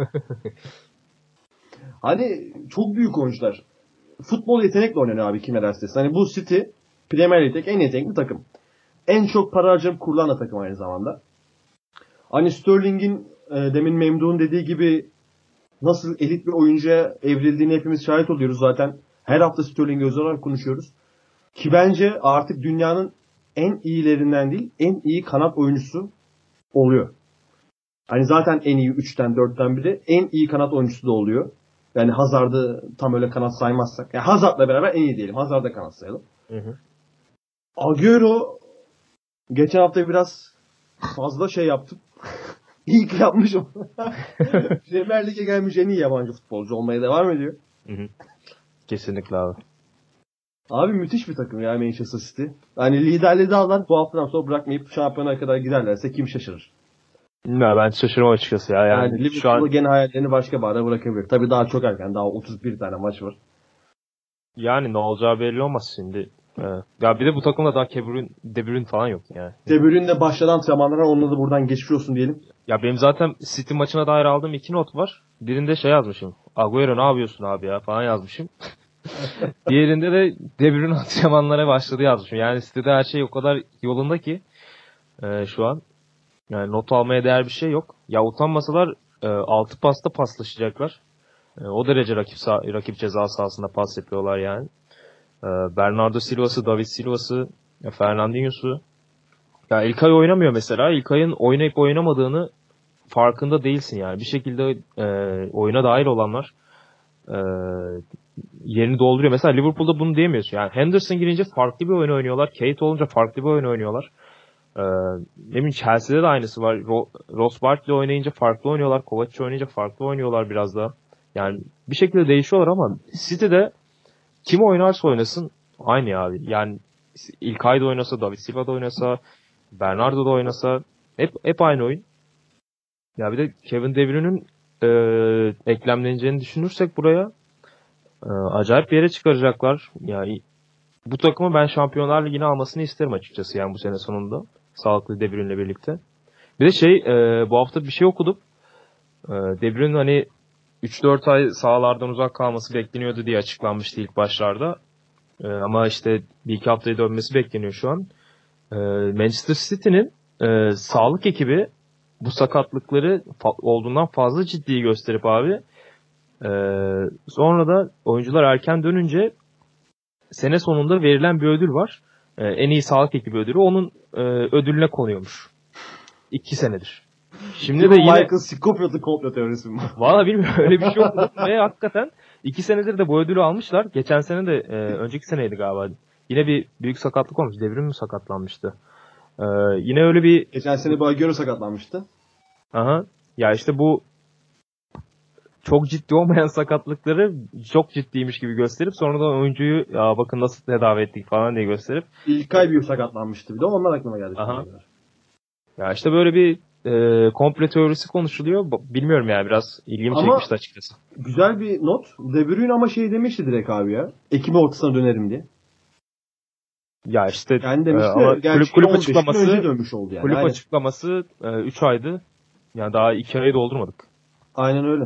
Hani çok büyük oyuncular. Futbol yetenekle oynanıyor abi kim edersiniz. Hani bu City Premier Lig'deki en yetenekli takım. En çok para harcayıp kurulan da takım aynı zamanda. Hani Sterling'in demin Memduh'un dediği gibi nasıl elit bir oyuncuya evrildiğini hepimiz şahit oluyoruz zaten. Her hafta Sterling'i özel olarak konuşuyoruz. Ki bence artık dünyanın en iyilerinden değil, en iyi kanat oyuncusu oluyor. Hani zaten en iyi 3'ten 4'ten biri en iyi kanat oyuncusu da oluyor. Yani Hazard'ı tam öyle kanat saymazsak. Yani Hazard'la beraber en iyi diyelim. Hazard'da kanat sayalım. Hı. Agüero geçen hafta biraz fazla şey yaptım. İyi ki yapmışım. Premier Lig'e gelmiş en iyi yabancı futbolcu olmaya devam ediyor. Hı. Kesinlikle abi. Abi müthiş bir takım ya Manchester City. Hani liderliği de alırlar. Bu haftadan sonra bırakmayıp şampiyona kadar giderlerse kim şaşırır? Ya ben şaşırmam açıkçası ya. Yani Liverpool şu an gene hayallerini başka bahara bırakabilir. Tabii daha çok erken. Daha 31 tane maç var. yani ne olacağı belli olmaz şimdi. Evet. Ya bir de bu takımda daha De Bruyne falan yok yani. De Bruyne'de başlayan antrenmanlara onunla da buradan geçmiş olsun diyelim. Ya benim zaten City maçına dair aldığım 2 not var. Birinde şey yazmışım. Agüero ne yapıyorsun abi ya falan yazmışım. Diğerinde de De Bruyne antrenmanlara başladı yazmışım. Yani City'de her şey o kadar yolunda ki şu an. Yani not almaya değer bir şey yok. Ya utanmasalar 6 pasta paslaşacaklar. O derece rakip ceza sahasında pas yapıyorlar yani. Bernardo Silva'sı, David Silva'sı, Fernandinho'su. Ya İlkay oynamıyor mesela. İlkay'ın oynayıp oynamadığını farkında değilsin yani. Bir şekilde oyuna dahil olanlar e, yerini dolduruyor. Mesela Liverpool'da bunu diyemiyorsun. Yani Henderson girince farklı bir oyun oynuyorlar. Kate olunca farklı bir oyun oynuyorlar. Ne bileyim Chelsea'de de aynısı var. Ross Barkley oynayınca farklı oynuyorlar. Kovacic oynayınca farklı oynuyorlar biraz da. Yani bir şekilde değişiyorlar ama City'de kim oynarsa oynasın aynı abi. Yani İlkay da oynasa, David Silva da oynasa, Bernardo da oynasa hep aynı oyun. Ya bir de Kevin De Bruyne'ün eklemleneceğini düşünürsek buraya acayip bir yere çıkaracaklar. Yani bu takımı ben Şampiyonlar Ligi'ne almasını isterim açıkçası yani bu sene sonunda. Sağlıklı De Bruyne'le birlikte. Bir de bu hafta bir şey okudum. De Bruyne hani 3-4 ay sahalardan uzak kalması bekleniyordu diye açıklanmıştı ilk başlarda. Ama işte bir iki haftaya dönmesi bekleniyor şu an. Manchester City'nin sağlık ekibi bu sakatlıkları olduğundan fazla ciddi gösterip abi sonra da oyuncular erken dönünce sene sonunda verilen bir ödül var. En iyi sağlık ekibi ödülü. Onun ödülüne konuyormuş. 2 senedir. Şimdi de yine Michael Scofield komplo teorisi mi? valla bilmiyorum öyle bir şey yok. Ve hakikaten 2 senedir de bu ödülü almışlar. Geçen sene de önceki seneydi galiba. Yine bir büyük sakatlık olmuş. De Bruyne mi sakatlanmıştı? Yine öyle bir Geçen sene bu Agüero sakatlanmıştı. aha ya işte bu çok ciddi olmayan sakatlıkları çok ciddiymiş gibi gösterip sonradan oyuncuyu ya bakın nasıl tedavi ettik falan diye gösterip İlkay bir sakatlanmıştı bir de ondan aklıma geldi. aha. Ya işte böyle bir komple teorisi konuşuluyor. Bilmiyorum yani biraz ilgimi Ama çekmişti açıkçası. güzel bir not. De Bruyne ama şey demişti direkt abi ya. Ekim'e ortasına dönerim diye. Ya işte Yani demişti ama gerçi kulüp 15 gün önce açıklaması dönmüş oldu yani. kulüp Aynen. açıklaması 3 aydı. Yani daha 2 ayı doldurmadık. Aynen öyle.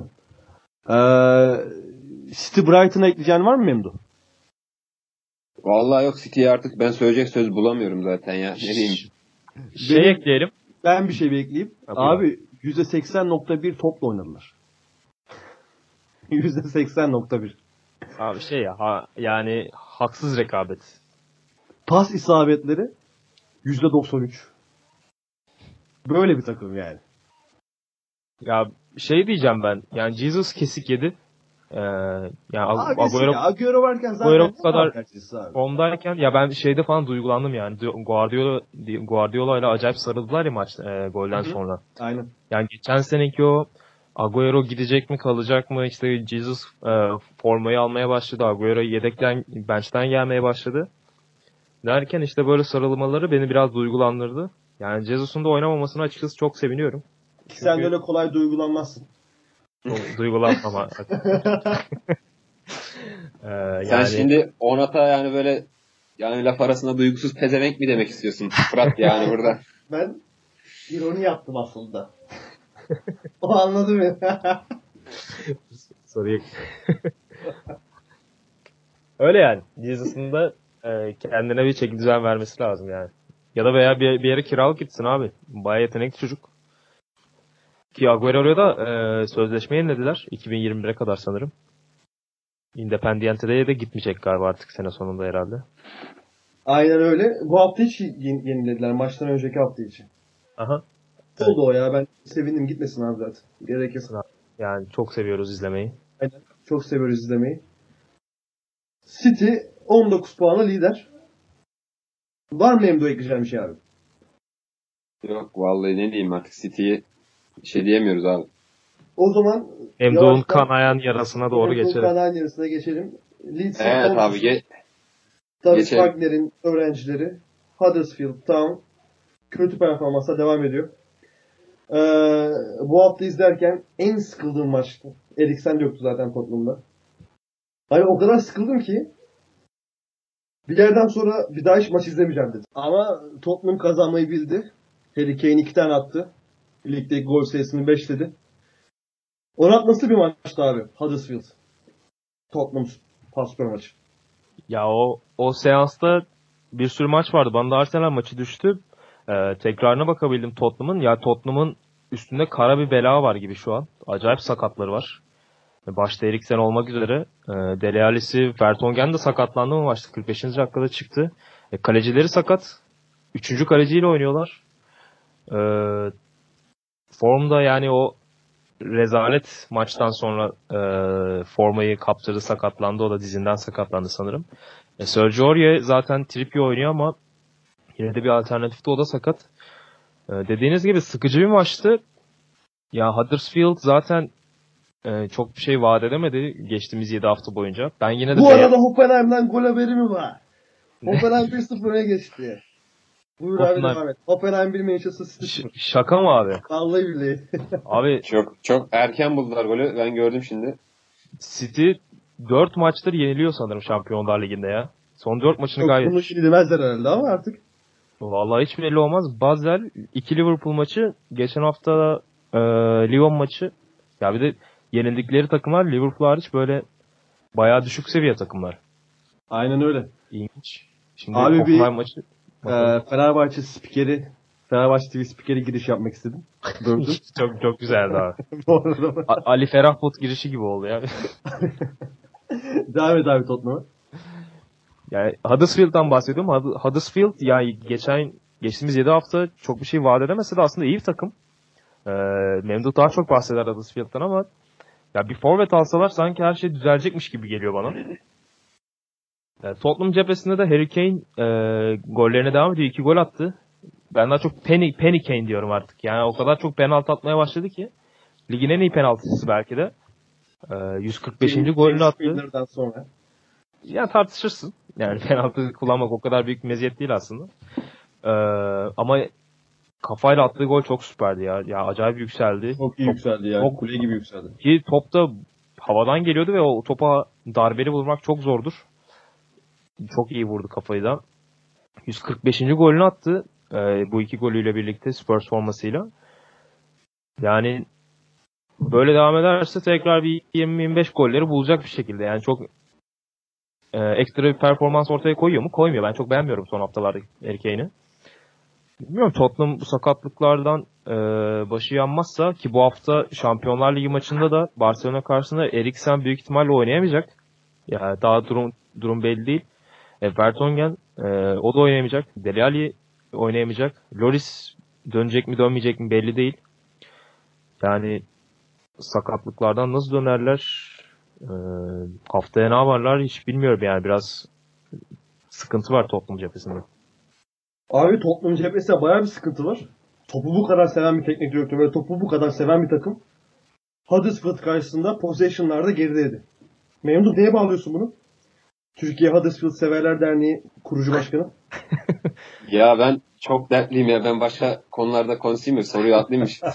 City Brighton'a ekleyeceğin var mı Memdu? Vallahi yok, City'ye artık ben söyleyecek söz bulamıyorum zaten ya. Ne diyeyim? Ekleyelim. Ben bir şey bekleyeyim. Tabii Abi %80.1 topla oynadılar. %80.1. Abi yani haksız rekabet. Pas isabetleri %93. Böyle bir takım yani. Ya diyeceğim ben. Yani Jesus kesik yedi. Yani Agüero varken zaten Agüero bu kadar abi. formdayken ya ben falan duygulandım yani. Guardiola ile acayip sarıldılar ya maç golden sonra. Aynen. Yani geçen seneki o Agüero gidecek mi kalacak mı işte Jesus formayı almaya başladı. Agüero bench'ten gelmeye başladı. Derken işte böyle sarılmaları beni biraz duygulandırdı. Yani Jesus'un da oynamamasına açıkçası çok seviniyorum. Sen de öyle kolay duygulanmazsın. Duygulanmama. Sen şimdi Onat'a yani böyle yani laf arasında duygusuz pezevenk mi demek istiyorsun Fırat yani burada? Ben ironi yaptım aslında. O anladı beni. Soruyu. Öyle yani. Jesus'un da kendine bir çeki düzen vermesi lazım yani. Ya da veya bir yere kiralık gitsin abi. Bayağı yetenekli çocuk. Ki Agüero'ya da sözleşme yenilediler. 2021'e kadar sanırım. Independiente'de de gitmeyecek galiba artık sene sonunda herhalde. Aynen öyle. Bu hafta hiç yenilediler. Maçtan önceki hafta için. Aha. Oldu o ya. Ben sevindim. Gitmesin abi zaten. Gerek yok. Yani çok seviyoruz izlemeyi. Aynen. Çok seviyoruz izlemeyi. City 19 puanla lider. Var mı Emdo ekleyeceğim bir şey abi? Yok vallahi ne diyeyim artık, City'ye bir şey diyemiyoruz abi. O zaman Emdo'nun kanayan yarasına doğru geçelim. Kanayan yarasına geçelim. Leeds evet abi David Wagner'in öğrencileri Huddersfield Town kötü performansa devam ediyor. Bu hafta izlerken en sıkıldığım maçtı. Eriksen yoktu zaten Tottenham'da. Hani o kadar sıkıldım ki Bir yerden sonra bir daha hiç maç izlemeyeceğim dedi. Ama Tottenham kazanmayı bildi. Harry Kane 2 tane attı. Ligdeki gol sayısını 5 dedi. Onat nasıl bir maçtı abi? Huddersfield. Tottenham Hotspur maçı. Ya o seansta bir sürü maç vardı. Bana da Arsenal maçı düştü. Tekrarına bakabildim Tottenham'ın. Ya Tottenham'ın üstünde kara bir bela var gibi şu an. Acayip sakatları var. Başta Eriksen olmak üzere. Dele Alli'si, Vertonghen de sakatlandı mı maçta? 45. dakikada çıktı. Kalecileri sakat. 3. kaleciyle oynuyorlar. Formda yani o rezalet maçtan sonra formayı kaptırdı, sakatlandı. O da dizinden sakatlandı sanırım. Sergio Aurier zaten Trippier oynuyor ama yine de bir alternatifte, o da sakat. Dediğiniz gibi sıkıcı bir maçtı. Ya Huddersfield zaten çok bir şey vaat edemedi geçtiğimiz 7 hafta boyunca. Ben yine de Bu arada Hoffenheim'den gol haberi mi var? Hoffenheim 1-0 öne geçti. Buyur abi devam et. Hoffenheim 1 Manchester City 0. Şaka mı abi? Vallahi billahi. Abi Çok erken buldular golü. Ben gördüm şimdi. City 4 maçtır yeniliyor sanırım Şampiyonlar Ligi'nde ya. Son 4 maçını gayet. Bunu şimdi demezler herhalde ama artık. Vallahi hiç belli olmaz. Basel 2 Liverpool maçı, geçen hafta Lyon maçı. Ya bir de yenildikleri takımlar Liverpool hariç böyle bayağı düşük seviye takımlar. Aynen öyle. İlginç. Şimdi Abi Hoffenheim maçı. Fenerbahçe spikeri, Fenerbahçe TV spikeri giriş yapmak istedim. Dördüm. çok güzeldi abi. Bu arada. Ali Ferahbot girişi gibi oldu ya. Devam et abi Tottenham'a. Yani Huddersfield'dan bahsediyorum. Huddersfield yani geçtiğimiz 7 hafta çok bir şey vaat edemese de aslında iyi bir takım. Memduh daha çok bahseder Huddersfield'dan ama ya bir forvet alsalar sanki her şey düzelecekmiş gibi geliyor bana. Tottenham cephesinde de Harry Kane gollerine devam ediyor. 2 gol attı. Ben daha çok Penny Kane diyorum artık. Yani o kadar çok penaltı atmaya başladı ki. Ligin en iyi penaltıcısı belki de. 145. golünü attı. Sonra. Yani tartışırsın. Yani penaltı kullanmak o kadar büyük bir meziyet değil aslında. Ama kafayla attığı gol çok süperdi ya. Ya acayip yükseldi. Çok iyi yükseldi ya. Kule gibi yükseldi. Ki top da havadan geliyordu ve o topa darbeli vurmak çok zordur. Çok iyi vurdu kafayı da. 145. golünü attı. Bu 2 golüyle birlikte Spurs formasıyla. Yani böyle devam ederse tekrar bir 20-25 golleri bulacak bir şekilde. Yani çok ekstra bir performans ortaya koyuyor mu? Koymuyor. Ben çok beğenmiyorum son haftalarda erkeğini. Bilmiyorum, Tottenham bu sakatlıklardan başı yanmazsa, ki bu hafta Şampiyonlar Ligi maçında da Barcelona karşısında Eriksen büyük ihtimalle oynayamayacak. Yani daha durum belli değil. Vertonghen o da oynayamayacak. Dele Alli oynayamayacak. Lloris dönecek mi dönmeyecek mi belli değil. Yani sakatlıklardan nasıl dönerler? Haftaya ne yaparlar hiç bilmiyorum yani, biraz sıkıntı var Tottenham cephesinde. Abi Tottenham cephesinde bayağı bir sıkıntı var. Topu bu kadar seven bir teknik direktör ve topu bu kadar seven bir takım Huddersfield karşısında possession'larda gerideydi. Memduh, neye bağlıyorsun bunu? Türkiye Huddersfield Severler Derneği kurucu başkanı. Ya ben çok dertliyim ya. Ben başka konularda konuşayım mı? Soruyu atlayayım mı?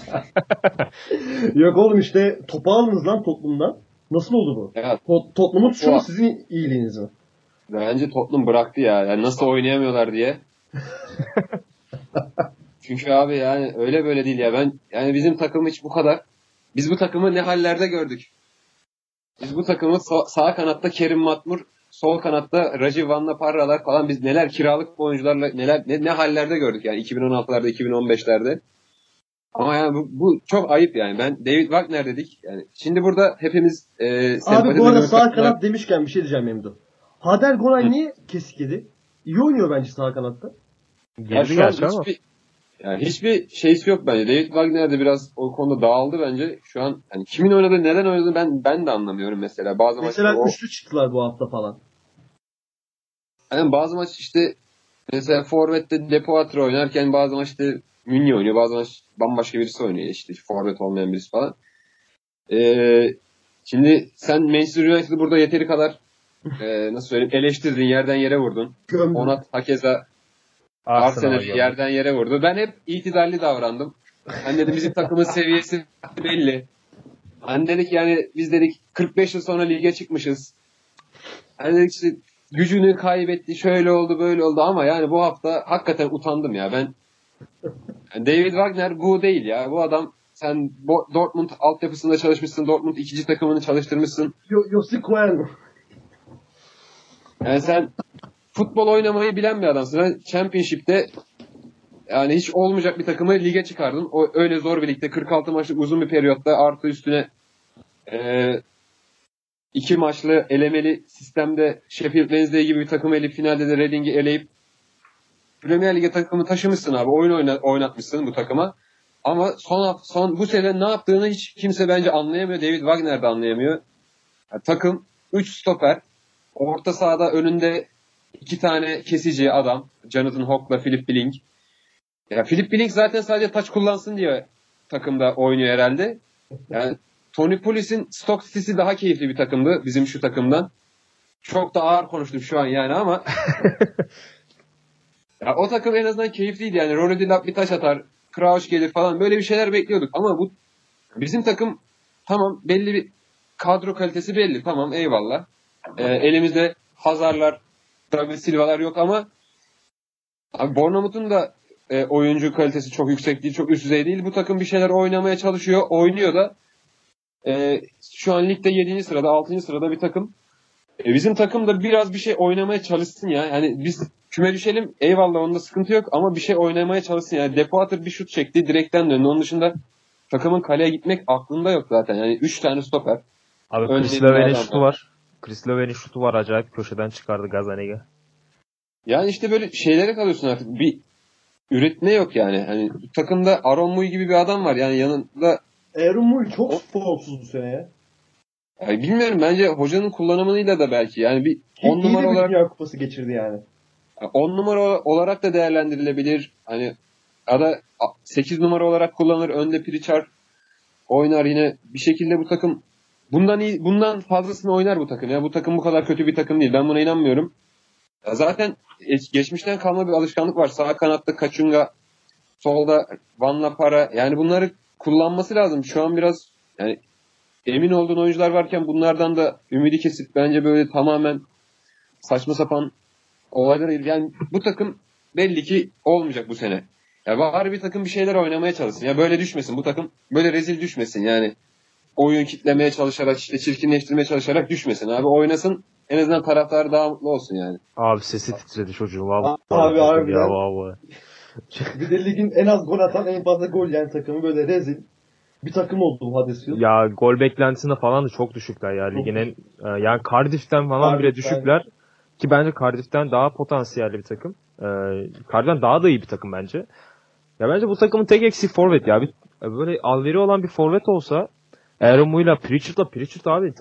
Yok oğlum, işte topu aldınız lan Tottenham'dan. Nasıl oldu bu? Ya, Tottenham'ın suçu mu, sizin iyiliğiniz mi? bence Tottenham bıraktı ya. Yani nasıl oynayamıyorlar diye. Çünkü abi yani öyle böyle değil ya. Yani bizim takım hiç bu kadar. Biz bu takımı ne hallerde gördük. Biz bu takımı sağ kanatta Kerim Matmur, sol kanatta Rajiv Vanla Parralar falan, biz neler kiralık oyuncularla ne hallerde gördük yani 2016'larda 2015'lerde. Ama yani bu çok ayıp yani. Ben David Wagner dedik. Yani şimdi burada hepimiz abi bu arada sağ kanat demişken bir şey diyeceğim Memduh. Hader Golay niye kesik yedi? İyi oynuyor bence sağ kanatta. Ya şu an hiçbir şeysi yok bence. David Wagner de biraz o konuda dağıldı bence. Şu an hani kimin oynadığı, neden oynadığı ben de anlamıyorum mesela. Mesela üçlü çıktılar bu hafta falan. Yani bazı maç işte mesela forvette De Poitre oynarken bazı maç işte Münye oynuyor. Bazı maç bambaşka birisi oynuyor işte forvet olmayan birisi falan. Şimdi sen Manchester United'ı burada yeteri kadar nasıl söyleyeyim, eleştirdin, yerden yere vurdun. Onat hakeza Arsenal'i yerden yere vurdu. Ben hep itidalli davrandım. Hani dedim bizim takımın seviyesi belli. Hani dedik yani biz dedik 45 yıl sonra lige çıkmışız. Hani dedik işte gücünü kaybetti, şöyle oldu, böyle oldu ama yani bu hafta hakikaten utandım ya. Ben David Wagner bu değil ya. Bu adam sen Dortmund altyapısında çalışmışsın, Dortmund ikinci takımını çalıştırmışsın. Yossi Cohen. Yani sen futbol oynamayı bilen bir adamsın. Sen Championship'te yani hiç olmayacak bir takımı lige çıkardın. O öyle zor bir ligde 46 maçlık uzun bir periyotta artı üstüne 2 maçlı elemeli sistemde Sheffield Wednesday gibi bir takımı eleyip finalde de Reading'i eleyip Premier Lig'e takımı taşımışsın abi. Oynatmışsın bu takıma. Ama son bu sene ne yaptığını hiç kimse bence anlayamıyor. David Wagner de anlayamıyor. Yani takım 3 stoper. Orta sahada önünde 2 tane kesici adam. Jonathan Hock'la Philip Billing. Ya Philip Billing zaten sadece taç kullansın diye takımda oynuyor herhalde. Yani Tony Pulis'in Stoke City'si daha keyifli bir takımdı bizim şu takımdan. Çok da ağır konuştum şu an yani ama ya o takım en azından keyifliydi yani. Ronnie Dillap bir taş atar, Crouch gelir falan böyle bir şeyler bekliyorduk ama bu bizim takım tamam belli bir kadro kalitesi belli tamam eyvallah. Elimizde Hazard'lar, David Silva'lar yok ama abi Bournemouth'un da oyuncu kalitesi çok yüksek değil, çok üst düzey değil. Bu takım bir şeyler oynamaya çalışıyor, oynuyor da şu an ligde 7. sırada, 6. sırada bir takım. Bizim takım da biraz bir şey oynamaya çalışsın ya. Yani biz küme düşelim eyvallah onda sıkıntı yok ama bir şey oynamaya çalışsın. Yani Depoater bir şut çekti direkten döndü. Onun dışında takımın kaleye gitmek aklında yok zaten. Yani 3 tane stoper. Abi Chris Lowen'in şutu var. Chris Lowen'in şutu var acayip köşeden çıkardı Gazzaniga. Yani işte böyle şeylere kalıyorsun artık. Bir üretme yok yani. Hani takımda Aaron Muy gibi bir adam var. Yani yanında Aaron Muy çok formsuz bu sene ya. Yani bilmiyorum bence hocanın kullanımıyla da belki. Yani bir 10 numara olarak Dünya Kupası geçirdi yani. 10 numara olarak da değerlendirilebilir. Hani ya da 8 numara olarak kullanılır. Önde Pritchard oynar yine bir şekilde bu takım bundan fazlasını oynar bu takım. Ya bu takım bu kadar kötü bir takım değil. Ben buna inanmıyorum. Ya zaten geçmişten kalma bir alışkanlık var. Sağ kanatta Kachunga, solda Van La Parra. Yani bunları kullanması lazım. Şu an biraz yani emin olduğun oyuncular varken bunlardan da ümidi kesip bence böyle tamamen saçma sapan olaylar. Yani bu takım belli ki olmayacak bu sene. Ya bari bir takım bir şeyler oynamaya çalışsın. Ya böyle düşmesin. Bu takım böyle rezil düşmesin. Yani oyun kitlemeye çalışarak işte çirkinleştirmeye çalışarak düşmesin. Abi oynasın. En azından taraftar daha mutlu olsun yani. Abi sesi titredi çocuğum. Vallahi abi ya vallahi. Bir de ligin en az gol atan en fazla gol yiyen takımı böyle rezil bir takım oldu bu Huddersfield. Ya gol beklentisinde falan da çok düşükler ya. Ligin en yani Cardiff'ten falan bile düşükler. Ki bence Cardiff'ten daha potansiyelli bir takım. Cardiff'ten daha da iyi bir takım bence. Ya bence bu takımın tek eksiği forvet ya. Böyle alveri olan bir forvet olsa Aaron Muy'la Pritchard abi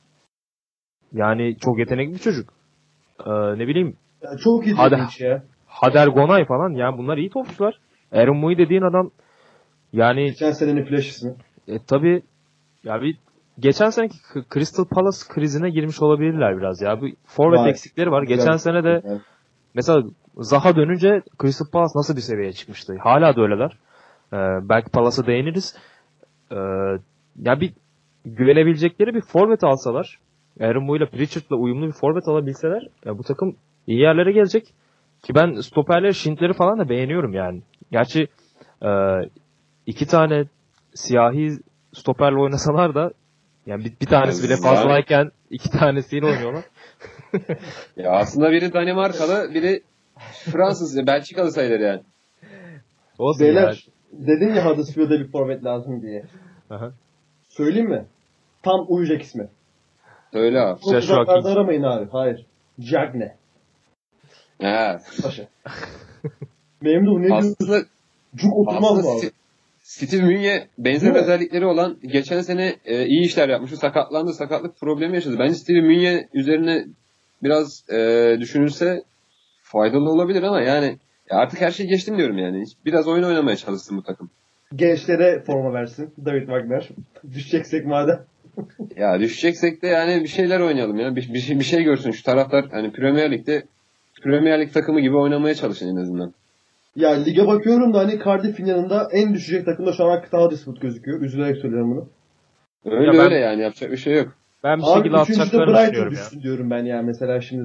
çok yetenekli bir çocuk. Ne bileyim. Yani çok iyi demiş ya. Hader Gonay falan yani bunlar iyi topçular. Aaron Muy dediğin adam yani geçen senenin flash ismi. Tabii ya geçen seneki Crystal Palace krizine girmiş olabilirler biraz ya. Bu forvet eksikleri var. Geçen sene de mesela Zaha dönünce Crystal Palace nasıl bir seviyeye çıkmıştı? Hala da öyleler. Belki Palace'a değiniriz. Ya bir güvenebilecekleri bir forvet alsalar, Aaron Muy ile Pritchard'la uyumlu bir forvet alabilseler, bu takım iyi yerlere gelecek. Ki ben stoperleri, Schindler'i falan da beğeniyorum yani. Gerçi 2 tane siyahi stoperle oynasalar da yani bir tanesi bile fazlayken 2 tanesiyle oynuyorlar. Ya aslında biri Danimarkalı, biri Fransız, Belçikalı sayılır yani. Olsun beyler, dedin ya Huddersfield'da bir forvet lazım diye. Aha. Söyleyeyim mi? Tam uyacak ismi. Söyle abi. Çok uzaklarda aramayın abi. Hayır. Cagne. Ha. Paşa. Memduh ne diyorsun? Cuk oturmaz mı abi? Steve Münye benzer özellikleri olan geçen sene iyi işler yapmış. Sakatlandı. Sakatlık problemi yaşadı. Bence Steve Münye üzerine biraz düşünülse faydalı olabilir ama yani artık her şeyi geçtim diyorum yani. Biraz oyun oynamaya çalışsın bu takım. Gençlere forma versin. David Wagner. Düşeceksek madem. Ya düşeceksek de yani bir şeyler oynayalım ya. Bir şey görsün şu taraftar. Hani Premier Lig takımı gibi oynamaya çalışın en azından. Ya lige bakıyorum da hani Cardiff'in yanında en düşecek takımda şu an hakikaten Huddersfield gözüküyor. Üzülerek söylüyorum bunu. Öyle yani yapacak bir şey yok. Ben bir şekilde atacaklarını düşünüyorum ya. Düşsün diyorum ben yani mesela şimdiden.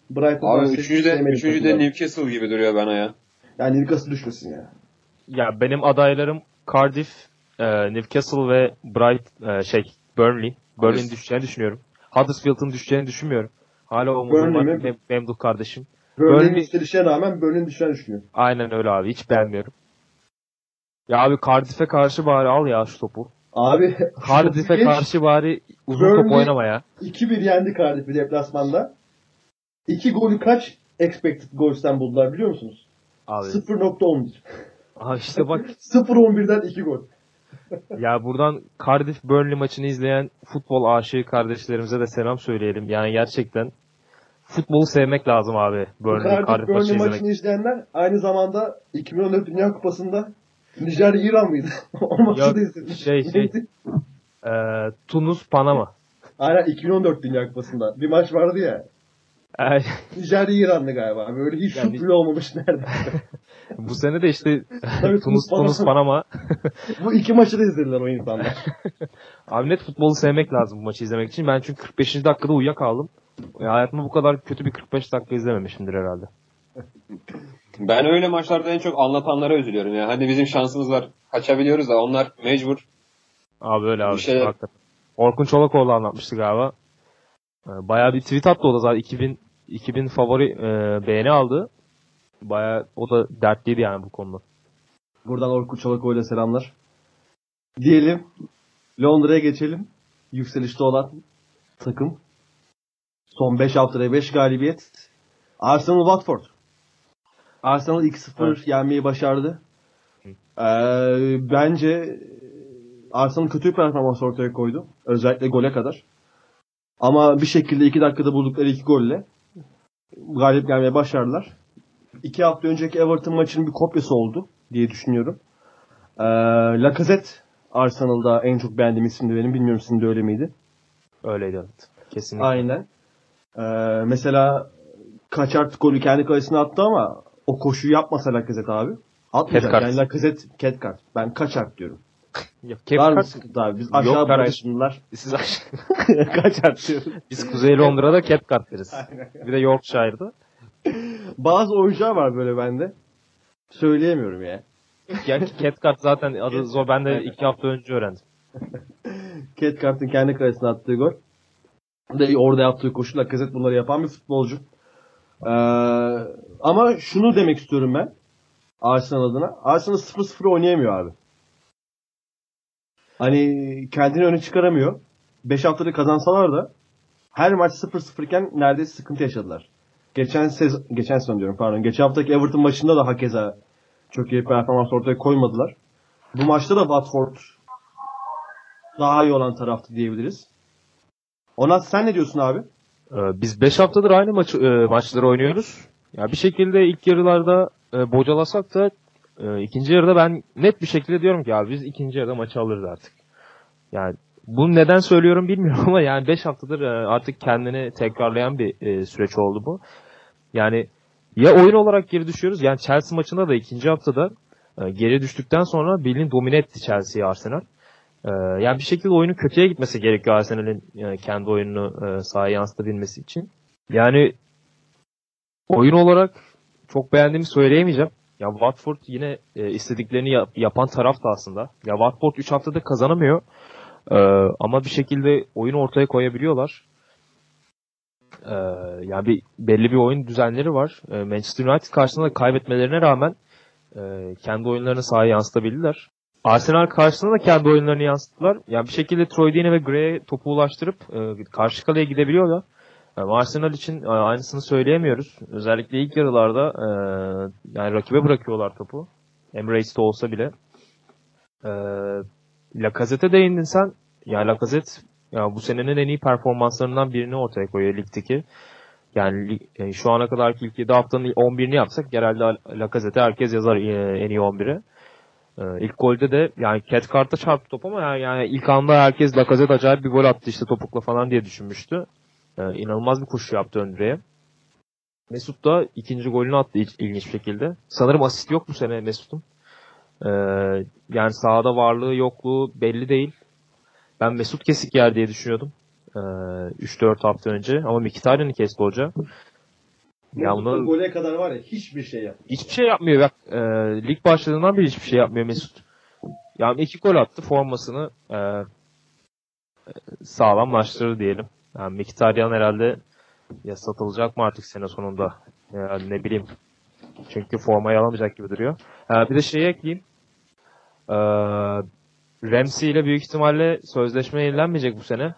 Brighton Abi üçüncü de Newcastle gibi duruyor bana ya. Yani Newcastle düşmesin ya. Ya benim adaylarım Cardiff, Newcastle ve Burnley. Burnley'nin düşeceğini düşünüyorum. Huddersfield'ın düşeceğini düşünmüyorum. Hala umudum var. Memduh kardeşim. Burnley'nin yükselişine rağmen Burnley'nin düşeceğini düşünüyorum. Aynen öyle abi. Hiç beğenmiyorum. Ya abi Cardiff'e karşı bari al ya şu topu. Abi Cardiff'e karşı bari uzun top oynama ya. 2-1 yendi Cardiff'i deplasmanda. 2 golü kaç expected goals'ten buldular biliyor musunuz? Abi. 0.11. Abi işte bak. 0.11'den 2 gol. Ya buradan Cardiff Burnley maçını izleyen futbol aşığı kardeşlerimize de selam söyleyelim. Yani gerçekten futbolu sevmek lazım abi. Cardiff Burnley maçını izleyenler aynı zamanda 2014 Dünya Kupası'nda Nijerya İran mıydı? O maçı da izledim. Tunus Panama. Aynen 2014 Dünya Kupası'nda. Bir maç vardı ya. Nijerya İran'dı galiba. Böyle hiç şut bile olmamış neredeyse. Bu sene de işte Tunus Panama. Bu iki maçı da izlediler o insanlar. Abi net futbolu sevmek lazım bu maçı izlemek için. Ben çünkü 45. dakikada uyuyakaldım. Hayatımda bu kadar kötü bir 45 dakika izlememişimdir herhalde. Ben öyle maçlarda en çok anlatanlara üzülüyorum ya. Hani bizim şansımız var. Kaçabiliyoruz da onlar mecbur. Abi öyle abi. Hakikaten. Orkun Çolakoğlu anlatmıştı galiba. Bayağı bir tweet attı o da zaten 2000 favori beğeni aldı. Bayağı o da dertliydi yani bu konuda. Buradan Orkun Çolakoğlu'ya selamlar. Diyelim Londra'ya geçelim. Yükselişte olan takım. Son 5 haftada 5 galibiyet. Arsenal Watford. Arsenal 2-0 yenmeyi başardı. Bence Arsenal kötü bir performans ortaya koydu. Özellikle gole kadar. Ama bir şekilde 2 dakikada buldukları 2 golle galip gelmeye başardılar. 2 hafta önceki Everton maçının bir kopyası oldu diye düşünüyorum. Lacazette Arsenal'da en çok beğendiğim isimdi benim. Bilmiyorum sizin de öyle miydi? Öyleydi evet. Kesinlikle. Aynen. Mesela kaç artık golü kendi kalesine attı ama o koşuyu yapmasa Lacazette abi. Atmayacak. Yani Lacazette Cathcart. Ben kaç art diyorum. Var mı sıkıntı abi? Biz aşağı bırakışınlar. Siz aşağı. Kaç art diyoruz. Biz Kuzey Londra'da Cathcart deriz. Bir de Yorkshire'da. Bazı oyuncular var böyle bende. Söyleyemiyorum ya. Gerçi Cathcart zaten adı zor. Ben de 2 hafta önce öğrendim. Cathcart'ın kendi kalesine attığı gol. Ve orada yaptığı koşu Lacazette bunları yapan bir futbolcu. Ama şunu demek istiyorum ben. Arsenal adına. Arsenal 0-0 oynayamıyor abi. Hani kendini öne çıkaramıyor. 5 haftada kazansalar da her maç 0-0 iken neredeyse sıkıntı yaşadılar. Geçen sezon diyorum pardon. Geçen haftaki Everton maçında da hakeza çok iyi performans ortaya koymadılar. Bu maçta da Watford daha iyi olan taraftı diyebiliriz. Onat sen ne diyorsun abi? Biz 5 haftadır aynı maçları oynuyoruz. Ya bir şekilde ilk yarılarda bocalasak da ikinci yarıda ben net bir şekilde diyorum ki abi biz ikinci yarıda maçı alırız artık. Yani bunu neden söylüyorum bilmiyorum ama yani 5 haftadır artık kendini tekrarlayan bir süreç oldu bu. Yani ya oyun olarak geri düşüyoruz. Yani Chelsea maçında da ikinci haftada geri düştükten sonra bildiğin domine etti Chelsea'yi Arsenal. Yani bir şekilde oyunun kötüye gitmesi gerekiyor Arsenal'in kendi oyununu sahaya yansıtabilmesi için. Yani oyun olarak çok beğendiğimi söyleyemeyeceğim. Ya Watford yine istediklerini yapan taraf da aslında. Ya Watford 3 haftada kazanamıyor. Ama bir şekilde oyunu ortaya koyabiliyorlar. Yani belli bir oyun düzenleri var. Manchester United karşısında kaybetmelerine rağmen kendi oyunlarını sahaya yansıtabildiler. Arsenal karşısında da kendi oyunlarını yansıttılar. Yani bir şekilde Troy Deeney ve Gray'e topu ulaştırıp karşı kaleye gidebiliyorlar. Arsenal için aynısını söyleyemiyoruz. Özellikle ilk yarılarda yani rakibe bırakıyorlar topu. Emirates'te olsa bile. Lacazette'e değindin sen. Yani Lacazette ya bu senenin en iyi performanslarından birini ortaya koyuyor ligdeki. Yani şu ana kadar ilk 7 haftanın 11'ini yapsak genelde Lacazette'e herkes yazar en iyi 11'e. İlk golde de yani Cathcart'a çarptı top ama yani ilk anda herkes Lacazette acayip bir gol attı işte topukla falan diye düşünmüştü. İnanılmaz bir koşu yaptı ön direğe. Mesut da ikinci golünü attı ilginç bir şekilde. Sanırım asist yok bu sene Mesut'un. Yani sahada varlığı yokluğu belli değil. Ben Mesut kesik yer diye düşünüyordum. 3-4 hafta önce ama Mkhitaryan'ı kesti hoca. Ya Mesut'un gole kadar var ya hiçbir şey yapmıyor. hiçbir şey yapmıyor. Bak, lig başladığından beri hiçbir şey yapmıyor Mesut. Yani 2 gol attı, formasını sağlamlaştırır diyelim. Yani Mkhitaryan herhalde ya satılacak mı artık sene sonunda? Yani ne bileyim. Çünkü formayı alamayacak gibi duruyor. Bir de şeyi ekleyeyim. Ee, Ramsey ile büyük ihtimalle sözleşme yenilenmeyecek bu sene.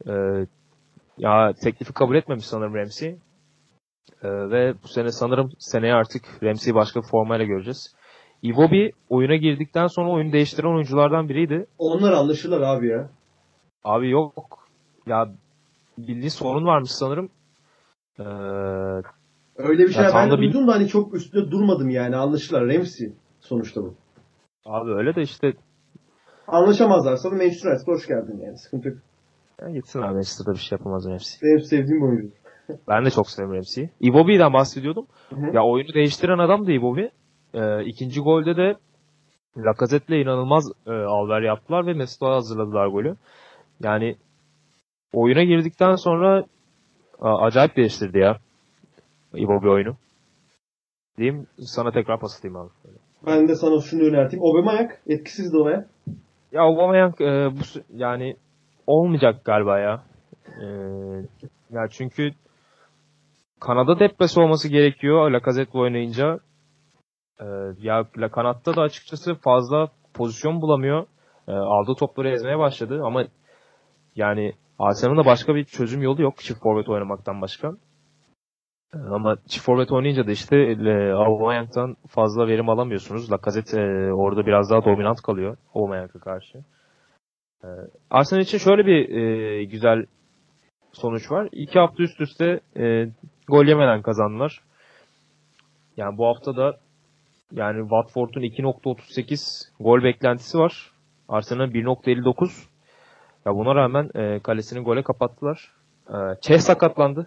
Ya teklifi kabul etmemiş sanırım Ramsey. Ve bu sene sanırım seneye artık Ramsey'i başka bir formayla göreceğiz. Iwobi oyuna girdikten sonra oyunu değiştiren oyunculardan biriydi. Onlar anlaşırlar abi ya. Abi yok. Ya bildiğin sorun varmış sanırım. Ee, Öyle bir şey Ya ben de tam da duydum da hani çok üstüne durmadım yani anlaşırlar. Ramsey sonuçta bu. Abi öyle de işte Anlaşamazlarsa da Manchester United'a hoş geldin yani. Sıkıntı yok. gitsin abi, Manchester'da bir şey yapamaz Ramsey. Benim sevdiğim bir oyuncu. Ben de çok severim Ramsey'i. Iwobi'den bahsediyordum. Hı-hı. Ya oyunu değiştiren adam da Iwobi. İkinci golde de Lacazette'le inanılmaz alver yaptılar ve Mesut'a hazırladılar golü. Yani oyuna girdikten sonra acayip değiştirdi ya Iwobi oyunu. Diyeyim, sana tekrar pas atayım abi. Ben de sana şunu önerteyim. Aubameyang etkisizdi o ya. Ya Aubameyang yani olmayacak galiba ya. Ya çünkü kanada depresi olması gerekiyor Lacazette oynayınca. Ya kanatta da açıkçası fazla pozisyon bulamıyor. Aldığı topları ezmeye başladı ama yani Arsenal'ın da başka bir çözüm yolu yok çift forvet oynamaktan başka. Ama çift forvet oynayınca da işte Aubameyang'dan fazla verim alamıyorsunuz. Lacazette orada biraz daha dominant kalıyor Aubameyang'a karşı. Arsenal için şöyle bir güzel sonuç var. 2 hafta üst üste gol yemeden kazandılar. Yani bu hafta da yani Watford'un 2.38 gol beklentisi var. Arsenal'ın 1.59. Ya buna rağmen kalesini gole kapattılar. Çeh sakatlandı.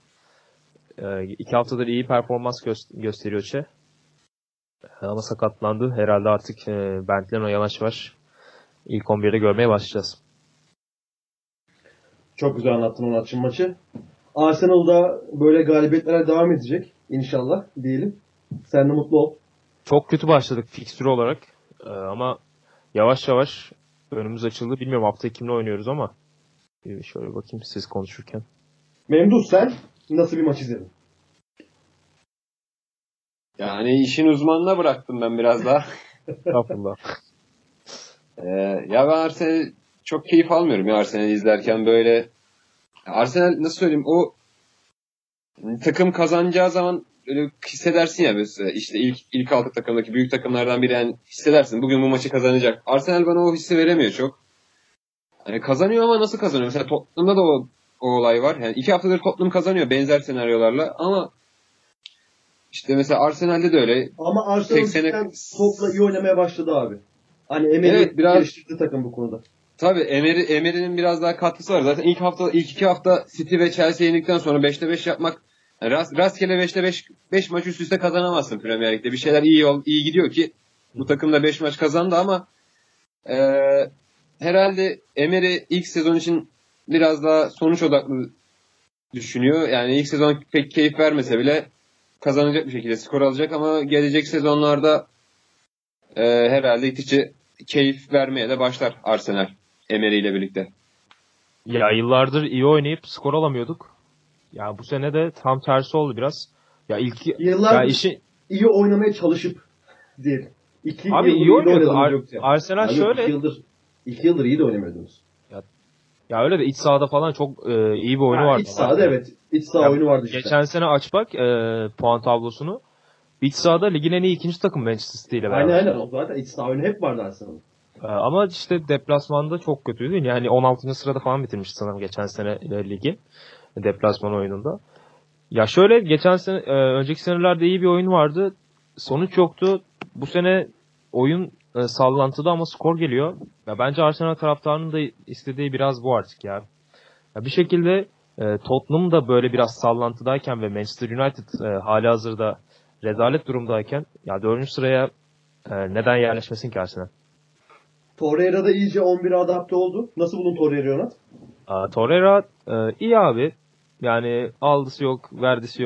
2 haftadır iyi performans gösteriyor Çeh. Ama sakatlandı. Herhalde artık Bent'le yavaş yavaş ilk 11'de görmeye başlayacağız. Çok güzel anlattın onun açın maçı. Arsenal'da böyle galibiyetlere devam edecek inşallah diyelim. Sen de mutlu ol. Çok kötü başladık fikstür olarak. Ama yavaş yavaş önümüz açıldı. Bilmiyorum hafta kimle oynuyoruz ama şöyle bakayım siz konuşurken. Memduh sen nasıl bir maç izledin? Yani işin uzmanına bıraktım ben biraz daha. Estağfurullah. Ya ben Arsenal çok keyif almıyorum ya Arsenal'i izlerken böyle. Arsenal nasıl söyleyeyim, o takım kazanacağı zaman öyle hissedersin ya, mesela işte ilk altı takımdaki büyük takımlardan biri, yani hissedersin bugün bu maçı kazanacak. Arsenal bana o hissi veremiyor çok. Hani kazanıyor ama nasıl kazanıyor? Mesela Tottenham'da da o olay var. Yani 2 haftadır Tottenham kazanıyor benzer senaryolarla ama işte mesela Arsenal'de de öyle. Ama Arsenal 80'e cidden topla iyi oynamaya başladı abi. Hani Emery Evet, biraz geliştirdi takım bu konuda. tabii Emery'nin biraz daha katkısı var. Zaten ilk 2 hafta City ve Chelsea yenildikten sonra 5'te 5 yapmak, yani rastgele 5'te 5 maç üst üste kazanamazsın Premier Lig'de. Bir şeyler iyi gidiyor ki bu takım da 5 maç kazandı ama herhalde Emery ilk sezon için biraz daha sonuç odaklı düşünüyor. Yani ilk sezon pek keyif vermese bile kazanacak bir şekilde skor alacak ama gelecek sezonlarda herhalde gittikçe keyif vermeye de başlar Arsenal Emery ile birlikte. Ya yıllardır iyi oynayıp skor alamıyorduk. Ya bu sene de tam tersi oldu biraz. Ya Yıllardır iyi oynamaya çalışıp diyelim. Abi iyi oynuyordu. Arsenal abi şöyle. 2 yıldır iyi de oynamıyordunuz. Ya öyle de iç sahada falan çok iyi bir oyunu vardı. İç sahada evet. İç saha oyunu vardı işte. Geçen sene aç bak puan tablosunu. İç sahada ligin en iyi ikinci takım Manchester City ile beraber. Aynen. O zaten iç saha oyunu hep vardı Arsenal'ın. Ama işte deplasmanda çok kötüydü. Yani 16. sırada falan bitirmişti sanırım geçen sene ligi. Deplasman oyununda. Ya şöyle geçen sene önceki senelerde iyi bir oyun vardı. Sonuç yoktu. Bu sene oyun sallantıda ama skor geliyor. Ya bence Arsenal taraftarının da istediği biraz bu artık ya. Ya bir şekilde Tottenham da böyle biraz sallantıdayken ve Manchester United halihazırda rezalet durumdayken ya 4. sıraya neden yerleşmesin ki Arsenal? Torreira da iyice 11'e adapte oldu. Nasıl buldun Torreira'yı Onat? Torreira iyi abi. Yani aldısı yok, verdisi yok.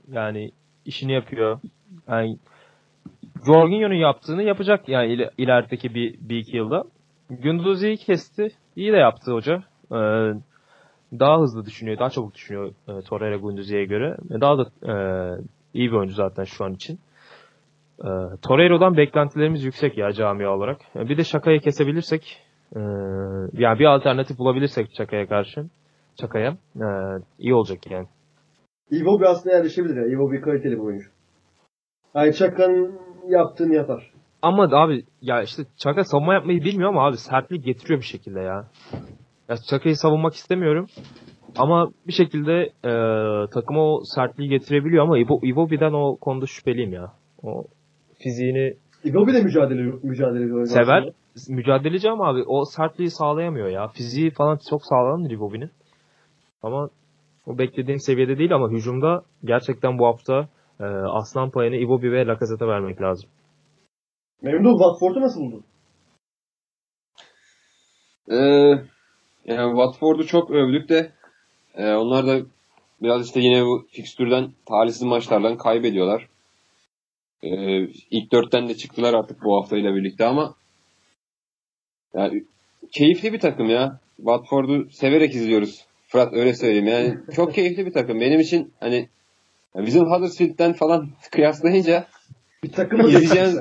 Yani işini yapıyor. Yani Jorginho'nun yaptığını yapacak yani ilerideki bir iki yılda. Gündüz'ü kesti. İyi de yaptı hoca. Daha hızlı düşünüyor, daha çabuk düşünüyor Torreira Gündüz'e göre. Daha da iyi bir oyuncu zaten şu an için. Torreira'dan beklentilerimiz yüksek ya camia olarak. Bir de Şaka'yı kesebilirsek, yani bir alternatif bulabilirsek Şaka'ya iyi olacak yani. Iwobi aslında yerleşebilir ya. Iwobi kaliteli bir oyuncu. Yani Çaka'nın yaptığını yapar. Ama abi ya işte Şaka savunma yapmayı bilmiyor ama abi sertlik getiriyor bir şekilde ya. Ya Şaka'yı savunmak istemiyorum. Ama bir şekilde takıma o sertliği getirebiliyor ama Iwobi'den o konuda şüpheliyim ya. O fiziğini Iwobi de mücadele bir oyuncu sever. aslında. Mücadeleci ama abi o sertliği sağlayamıyor ya. Fiziği falan çok sağlamdır Iwobi'nin. Ama o beklediğim seviyede değil ama hücumda gerçekten bu hafta aslan payını Iwobi ve Lacazette'e vermek lazım. Memduh Watford'u nasıl buldun? Yani Watford'u çok övdük de onlar da biraz işte yine bu fikstürden, talihsiz maçlardan kaybediyorlar. İlk dörtten de çıktılar artık bu haftayla birlikte ama yani keyifli bir takım ya. Watford'u severek izliyoruz. Fırat öyle söyleyeyim. Yani çok keyifli bir takım. Benim için hani bizim Huddersfield'den falan kıyaslayınca Bir takımı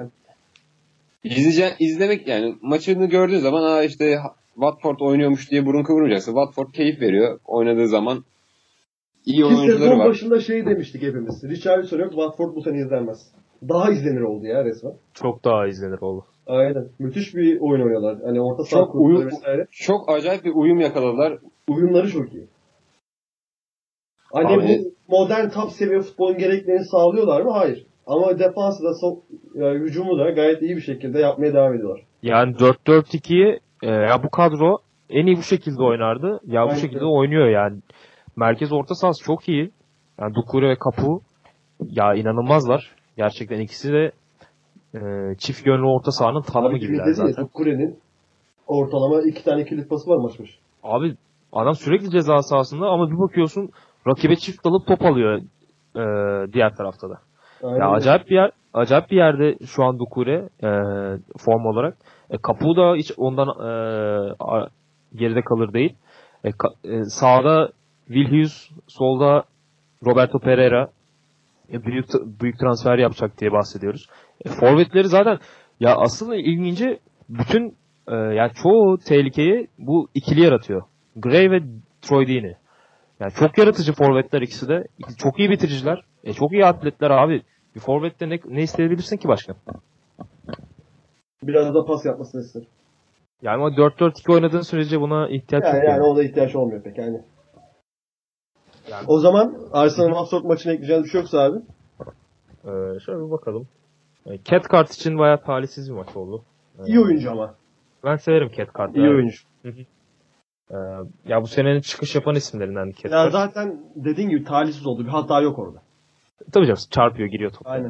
izlemek yani maçını gördüğün zaman işte Watford oynuyormuş diye burun kıvırmayacaksın. Watford keyif veriyor. Oynadığı zaman iyi oyuncuları sezon var. başında demiştik hepimiz. Richarlison yok, Watford bu sene izlenmez. Daha izlenir oldu ya resmen. Çok daha izlenir oldu. Aynen. Müthiş bir oyun oynuyorlar. Hani orta saha vesaire. Çok acayip bir uyum yakaladılar. Uyumları çok iyi. Hani Abi, bu modern top seviye futbolun gereklerini sağlıyorlar mı? Hayır. Ama defansı da hücumu da gayet iyi bir şekilde yapmaya devam ediyorlar. Yani 4-4-2'yi ya bu kadro en iyi bu şekilde oynardı. Ya bu Aynen. şekilde oynuyor yani. Merkez orta sahası çok iyi. Yani Doucouré ve Capu ya inanılmazlar. Gerçekten ikisi de çift yönlü orta sahanın tanımı gibiler zaten. Doucouré'nin ortalama 2 tane kilit pası var maç başı. Abi adam sürekli ceza sahasında ama bir bakıyorsun rakibe çift dalıp top alıyor diğer tarafta da. Aynen. Ya acayip bir yerde şu an Doucouré form olarak. Capu da hiç ondan geride kalır değil. Sağda Will Hughes, solda Roberto Pereira büyük transfer yapacak diye bahsediyoruz. Forvetleri zaten ya aslında ilginci bütün yani çoğu tehlikeyi bu ikili yaratıyor. Gray ve Troy Deeney. Yani çok yaratıcı forvetler ikisi de. Çok iyi bitiriciler. Çok iyi atletler abi. Bir forvette ne isteyebilirsin ki başka? Biraz da pas yapmasını isterim. Yani ama 4-4-2 oynadığın sürece buna ihtiyaç yok. Yani ona ihtiyaç olmuyor pek yani. O zaman Arsenal Watford maçına ekleyeceğiniz bir şey yoksa abi. Şöyle bir bakalım. Cathcart için bayağı talihsiz bir maç oldu. İyi oyuncu ama. Ben severim Cathcart'ı. İyi oyuncu. Ya bu senenin çıkış yapan isimlerinden Cathcart. Ya zaten dediğin gibi talihsiz oldu. Bir hata yok orada. Tabii canım çarpıyor giriyor top. Aynen.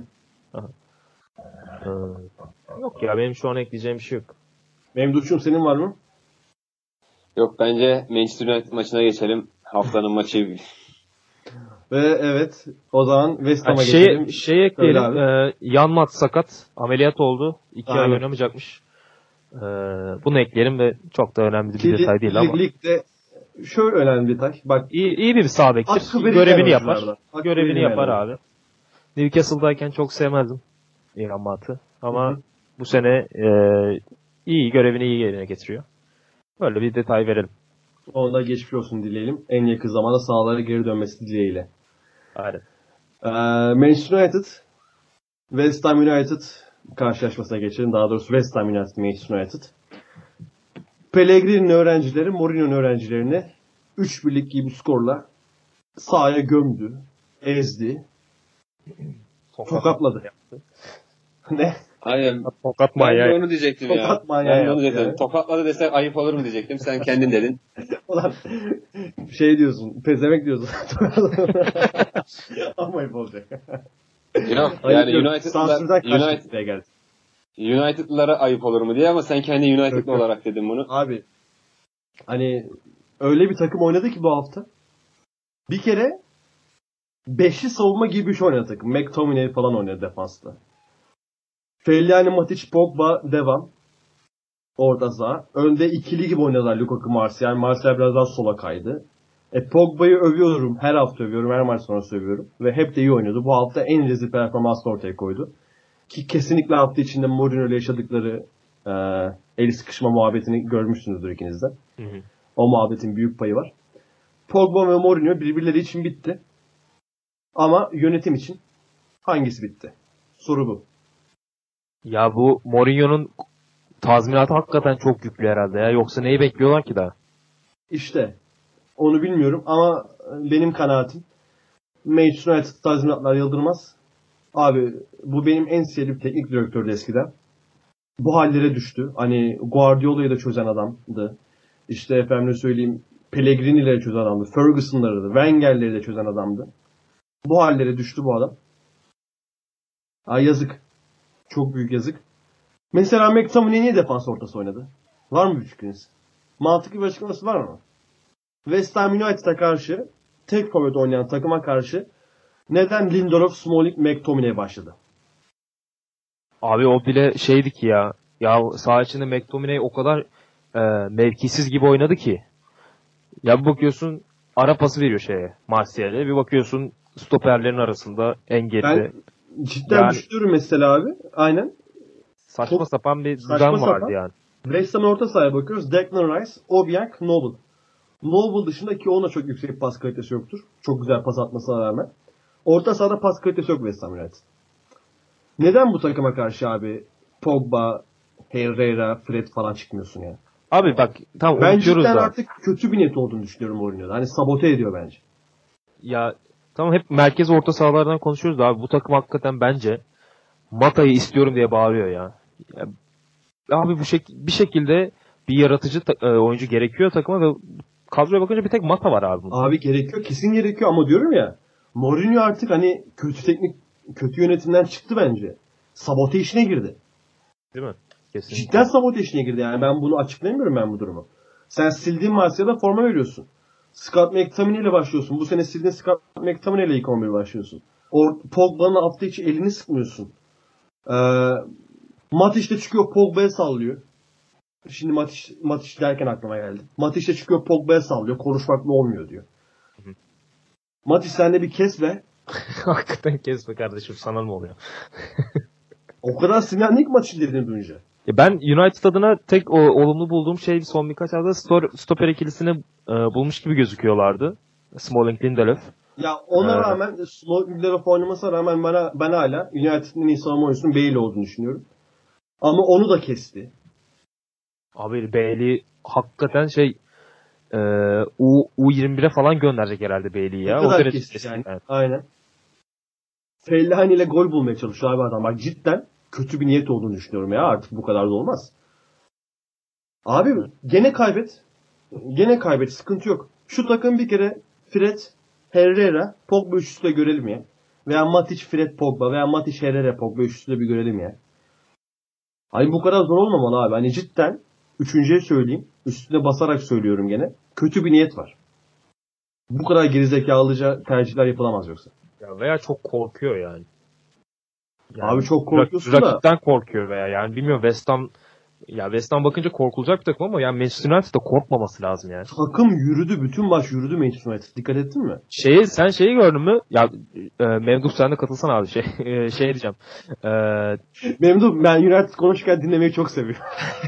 Yok ya benim şu an ekleyeceğim bir şey yok. Memduh'cum senin var mı? Yok bence Manchester United maçına geçelim. Haftanın maçı. Ve evet o zaman West Ham'a geçelim. Şey ekleyelim. Yanmat sakat. Ameliyat oldu. 2 ay oynamayacakmış. Bunu ekleyelim ve çok da önemli bir detay değil ama. Ligde şöyle önemli bir detay. Bak iyi bir sağ bektir. Görevini yapar. Görevini yapar abi. Newcastle'dayken çok sevmezdim Yanmat'ı. Ama bu sene görevini iyi yerine getiriyor. Böyle bir detay verelim. Ona da geçmiş olsun dileyelim. En yakın zamanda sahalara geri dönmesi dileğiyle. Aynen. Manchester United West Ham United karşılaşmasına geçelim. Daha doğrusu West Ham United Manchester United. Pellegrini'nin öğrencileri Mourinho'nun öğrencilerini 3-1'lik gibi skorla sahaya gömdü. Ezdi. Tokatladı. Ne? Aynen. Tokat Ben manyağı. de onu diyecektim ya. Tokat manyağı Ben de onu diyecektim. yani. Tokatladı desek ayıp olur mu diyecektim. Sen kendin dedin. Ulan diyorsun. Pezemek diyorsun. Ama ayıp olacak. Yok yani United'lara ayıp olur mu diye ama sen kendi United'lı olarak dedin bunu. Abi hani öyle bir takım oynadı ki bu hafta. Bir kere beşli savunma gibi bir şey oynadı takım. McTominay falan oynadı defansta. Fellaini, Matic, Pogba devam. Orada sağ. Önde ikili gibi oynadılar Lukaku, Martial. Martial biraz daha sola kaydı. Pogba'yı övüyorum. Her hafta övüyorum. Her maç sonra övüyorum. Ve hep de iyi oynuyordu. Bu hafta en rezil performansını ortaya koydu. Ki kesinlikle hafta içinde Mourinho ile yaşadıkları el sıkışma muhabbetini görmüşsünüzdür ikiniz de. Hı hı. O muhabbetin büyük payı var. Pogba ve Mourinho birbirleri için bitti. Ama yönetim için hangisi bitti? Soru bu. Ya bu Mourinho'nun tazminatı hakikaten çok yüklü herhalde ya. Yoksa neyi bekliyorlar ki daha? İşte onu bilmiyorum ama benim kanaatim Manchester United tazminatlar yıldırmaz. Abi bu benim en sevdiğim teknik direktördü eskiden. Bu hallere düştü. Hani Guardiola'yı da çözen adamdı. İşte efendim söyleyeyim Pellegrini'leri çözen adamdı. Ferguson'ları da, Wenger'leri de çözen adamdı. Bu hallere düştü bu adam. Ay yazık. Çok büyük yazık. Mesela McTominay niye defans ortası oynadı? Var mı bir fikriniz? Mantıklı bir açıklaması var mı? West Ham United'a karşı tek forvet oynayan takıma karşı neden Lindelof, Smalling, McTominay başladı? Abi o bile şeydi ki ya. Ya saha içinde McTominay o kadar mevkisiz gibi oynadı ki. Ya bir bakıyorsun ara pası veriyor Martial'e. Bir bakıyorsun stoperlerin arasında en geride. Ben cidden düşünüyorum mesela abi. Aynen. Saçma sapan bir düzen vardı yani. West Ham'ın orta sahaya bakıyoruz. Declan Rice, Obiang, Noble. Noble dışında ki ona çok yüksek bir pas kalitesi yoktur. Çok güzel pas atmasına rağmen. Orta sahada pas kalitesi yok West Ham United. Neden bu takıma karşı abi Pogba, Herrera, Fred falan çıkmıyorsun ya? Abi bak tam ben unutuyoruz cidden da. artık kötü bir niyet olduğunu düşünüyorum Mourinho'da. Hani sabote ediyor bence. Ya tamam hep merkez orta sahalardan konuşuyoruz da abi bu takım hakikaten bence Mata'yı istiyorum diye bağırıyor ya. Abi bir şekilde bir yaratıcı oyuncu gerekiyor takıma ve kadroya bakınca bir tek Mata var abi. Abi gerekiyor. Kesin gerekiyor ama diyorum ya Mourinho artık hani kötü yönetimden çıktı bence. Sabote işine girdi. Değil mi? Kesinlikle. Cidden sabote işine girdi yani. Ben bunu açıklayamıyorum ben bu durumu. Sen sildiğin Marsilya'da forma veriyorsun. Scott McTominay ile başlıyorsun. Bu sene sildiğin Scott McTominay ile ilk 11 başlıyorsun. Pogba'nın hafta içi elini sıkmıyorsun. Matic de çıkıyor Pogba'ya sallıyor. Şimdi Matic derken aklıma geldi. Matic de çıkıyor Pogba'ya sallıyor. Konuşmakla olmuyor diyor. Matic sen de bir kes be. Hakikaten kes be kardeşim. Sana ne oluyor? O kadar sinirlendik ki maçı dediğini duyunca. Ben United adına tek olumlu bulduğum şey son birkaç hafta stoper ikilisini bulmuş gibi gözüküyorlardı. Smalling, Lindelof. Ya ona rağmen Smalling, Lindelof oynamasına rağmen ben hala United'ın en iyi savunma oyuncusunun Bailey olduğunu düşünüyorum. Ama onu da kesti. Abi Bailey hakikaten U21'e falan gönderecek herhalde Bailey'i ya. O kadar kesti yani. Aynen. Fellaini ile gol bulmaya çalışıyor abi adam. Bak cidden kötü bir niyet olduğunu düşünüyorum ya. Artık bu kadar da olmaz. Abi gene kaybet. Gene kaybet. Sıkıntı yok. Şu takım bir kere Fred, Herrera, Pogba üçlüsü görelim ya. Veya Matic, Fred, Pogba veya Matic, Herrera, Pogba üçlüsü bir görelim ya. Hani bu kadar zor olmamalı abi. Hani cidden üçüncüye söyleyeyim. Üstüne basarak söylüyorum gene. Kötü bir niyet var. Bu kadar gerizekalıca tercihler yapılamaz yoksa. Ya veya çok korkuyor yani. Abi çok korkuyorsun da. Rakipten korkuyor veya yani bilmiyorum West Ham bakınca korkulacak bir takım ama yani Manchester United'da korkmaması lazım yani. Takım yürüdü. Bütün maç yürüdü Manchester United. Dikkat ettin mi? Sen şeyi gördün mü? Ya Memduh sen de katılsana abi diyeceğim. Memduh ben United konuşurken dinlemeyi çok seviyorum.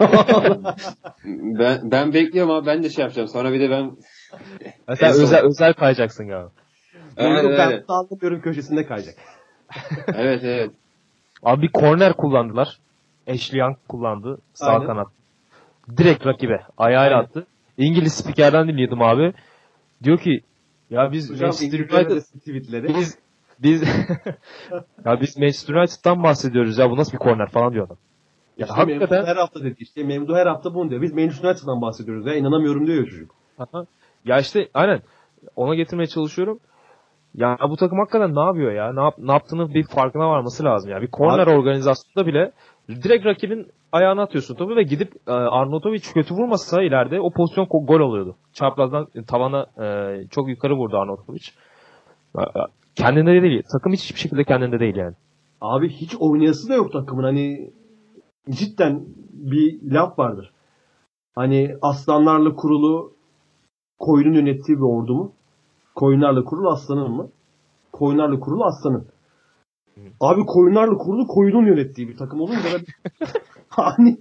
ben bekliyorum abi ben de yapacağım. Sonra bir de ben sen özel kayacaksın ya. Memduh ben anlamıyorum köşesinde kayacak. Evet. Abi bir korner kullandılar. Ashley Young kullandı. Sağ kanat. Direkt rakibe. Ayağıyla attı. İngiliz spikerden dinliyordum abi. Diyor ki ya biz Manchester United biz ya biz Manchester United'dan bahsediyoruz ya bu nasıl bir korner falan diyor adam. Ya işte hakikaten Memduh her hafta dedi işte Memduh her hafta bunu diyor. Biz Manchester United'dan bahsediyoruz ya inanamıyorum diyor çocuk. Aha. Ya işte aynen ona getirmeye çalışıyorum. Ya bu takım hakikaten ne yapıyor ya? Ne yaptığını bir farkına varması lazım ya. Bir korner organizasyonunda bile direkt rakibin ayağına atıyorsun topu ve gidip Arnautovic kötü vurmasa ileride o pozisyon gol oluyordu. Çaprazdan tavana çok yukarı vurdu Arnautovic. kendinde değil. Takım hiçbir şekilde kendinde değil yani. Abi hiç oynayası da yok takımın. Hani cidden bir laf vardır. Hani aslanlarla kurulu koyunun yönettiği bir ordu mu? Koyunlarla kurulu aslanın mı? Koyunlarla kurulu aslanın. Abi koyunlarla kurulu koyunun yönettiği bir takım olunca da hani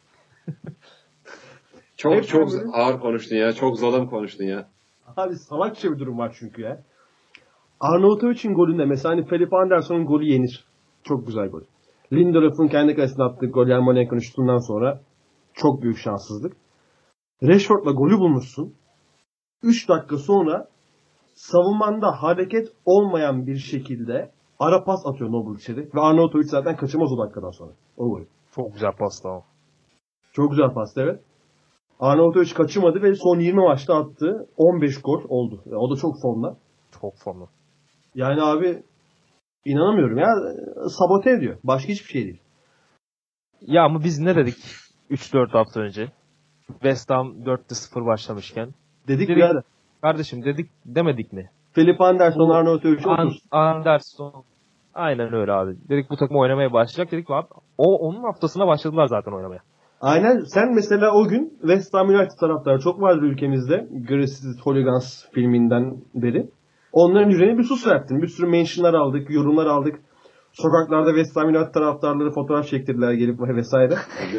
Çok hep çok böyle- ağır konuştun ya. Çok zalim konuştun ya. abi salakça bir durum var çünkü ya. Arnavutovic'in golünde mesela hani Felipe Anderson'un golü yenir. Çok güzel gol. Lindelöf'ün kendi kalesine attığı gol Yarmolenko'nun şutundan sonra çok büyük şanssızlık. Rashford'la golü bulmuşsun. 3 dakika sonra savunmanda hareket olmayan bir şekilde ara pas atıyor Noble içeri. Ve Arnautovic zaten kaçırmaz o dakikadan sonra. O gol. Çok güzel pasta o. Çok güzel pastı evet. Arnautovic kaçırmadı ve son 20 maçta attığı 15 gol oldu. O da çok formda. Çok formlu. Yani abi inanamıyorum ya. Sabote ediyor. Başka hiçbir şey değil. Ya ama biz ne dedik 3-4 hafta önce? West Ham 4-0 başlamışken. Dedik Dedik. ya. Kardeşim demedik mi? Felipe Anderson, Arnautovic otursun. Anderson. Aynen öyle abi. Dedik bu takım oynamaya başlayacak. Dedik abi onun haftasına başladılar zaten oynamaya. Aynen. Sen mesela o gün West Ham United taraftarı çok vardır ülkemizde. Greasy Hooligans filminden beri. Onların yüreğine bir su serptin. Bir sürü mentionlar aldık, yorumlar aldık. Sokaklarda West Ham United taraftarları fotoğraf çektirdiler gelip vesaire.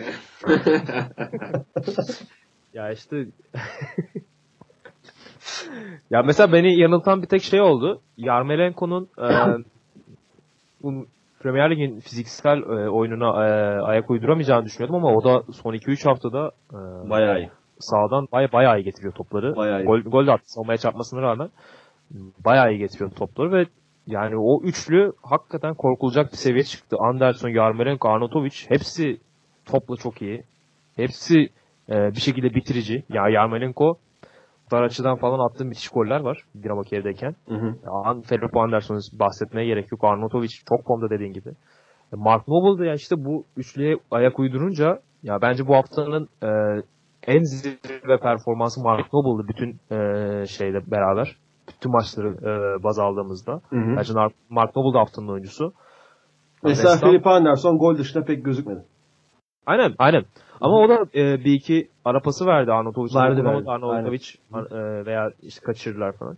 Ya işte ya mesela beni yanıltan bir tek şey oldu. Yarmolenko'nun bu Premier Lig'in fiziksel oyununa ayak uyduramayacağını düşünüyordum ama o da son 2-3 haftada Bayağı iyi. sağdan bayağı iyi getiriyor topları. Bayağı iyi. Gol de attı savunmaya çarpmasına rağmen bayağı iyi getiriyor topları ve yani o üçlü hakikaten korkulacak bir seviye çıktı. Anderson, Yarmolenko, Arnautovic hepsi topla çok iyi. Hepsi bir şekilde bitirici. Ya Yarmolenko dar açıdan falan attığı müthiş goller var Dinamo Kiev'deyken. Felipe Anderson'u bahsetmeye gerek yok. Arnautovic çok formda dediğin gibi. Mark Noble da ya işte bu üçlüye ayak uydurunca ya bence bu haftanın en zirve performansı Mark Noble'dı bütün şeyle beraber. Bütün maçları baz aldığımızda. Bence Mark Noble da haftanın oyuncusu. Mesela Felipe Anderson gol dışında pek gözükmedi. Aynen. Ama o da bir iki ara pası verdi Arnautovic'e. Verdi. Arnautovic veya işte kaçırdılar falan.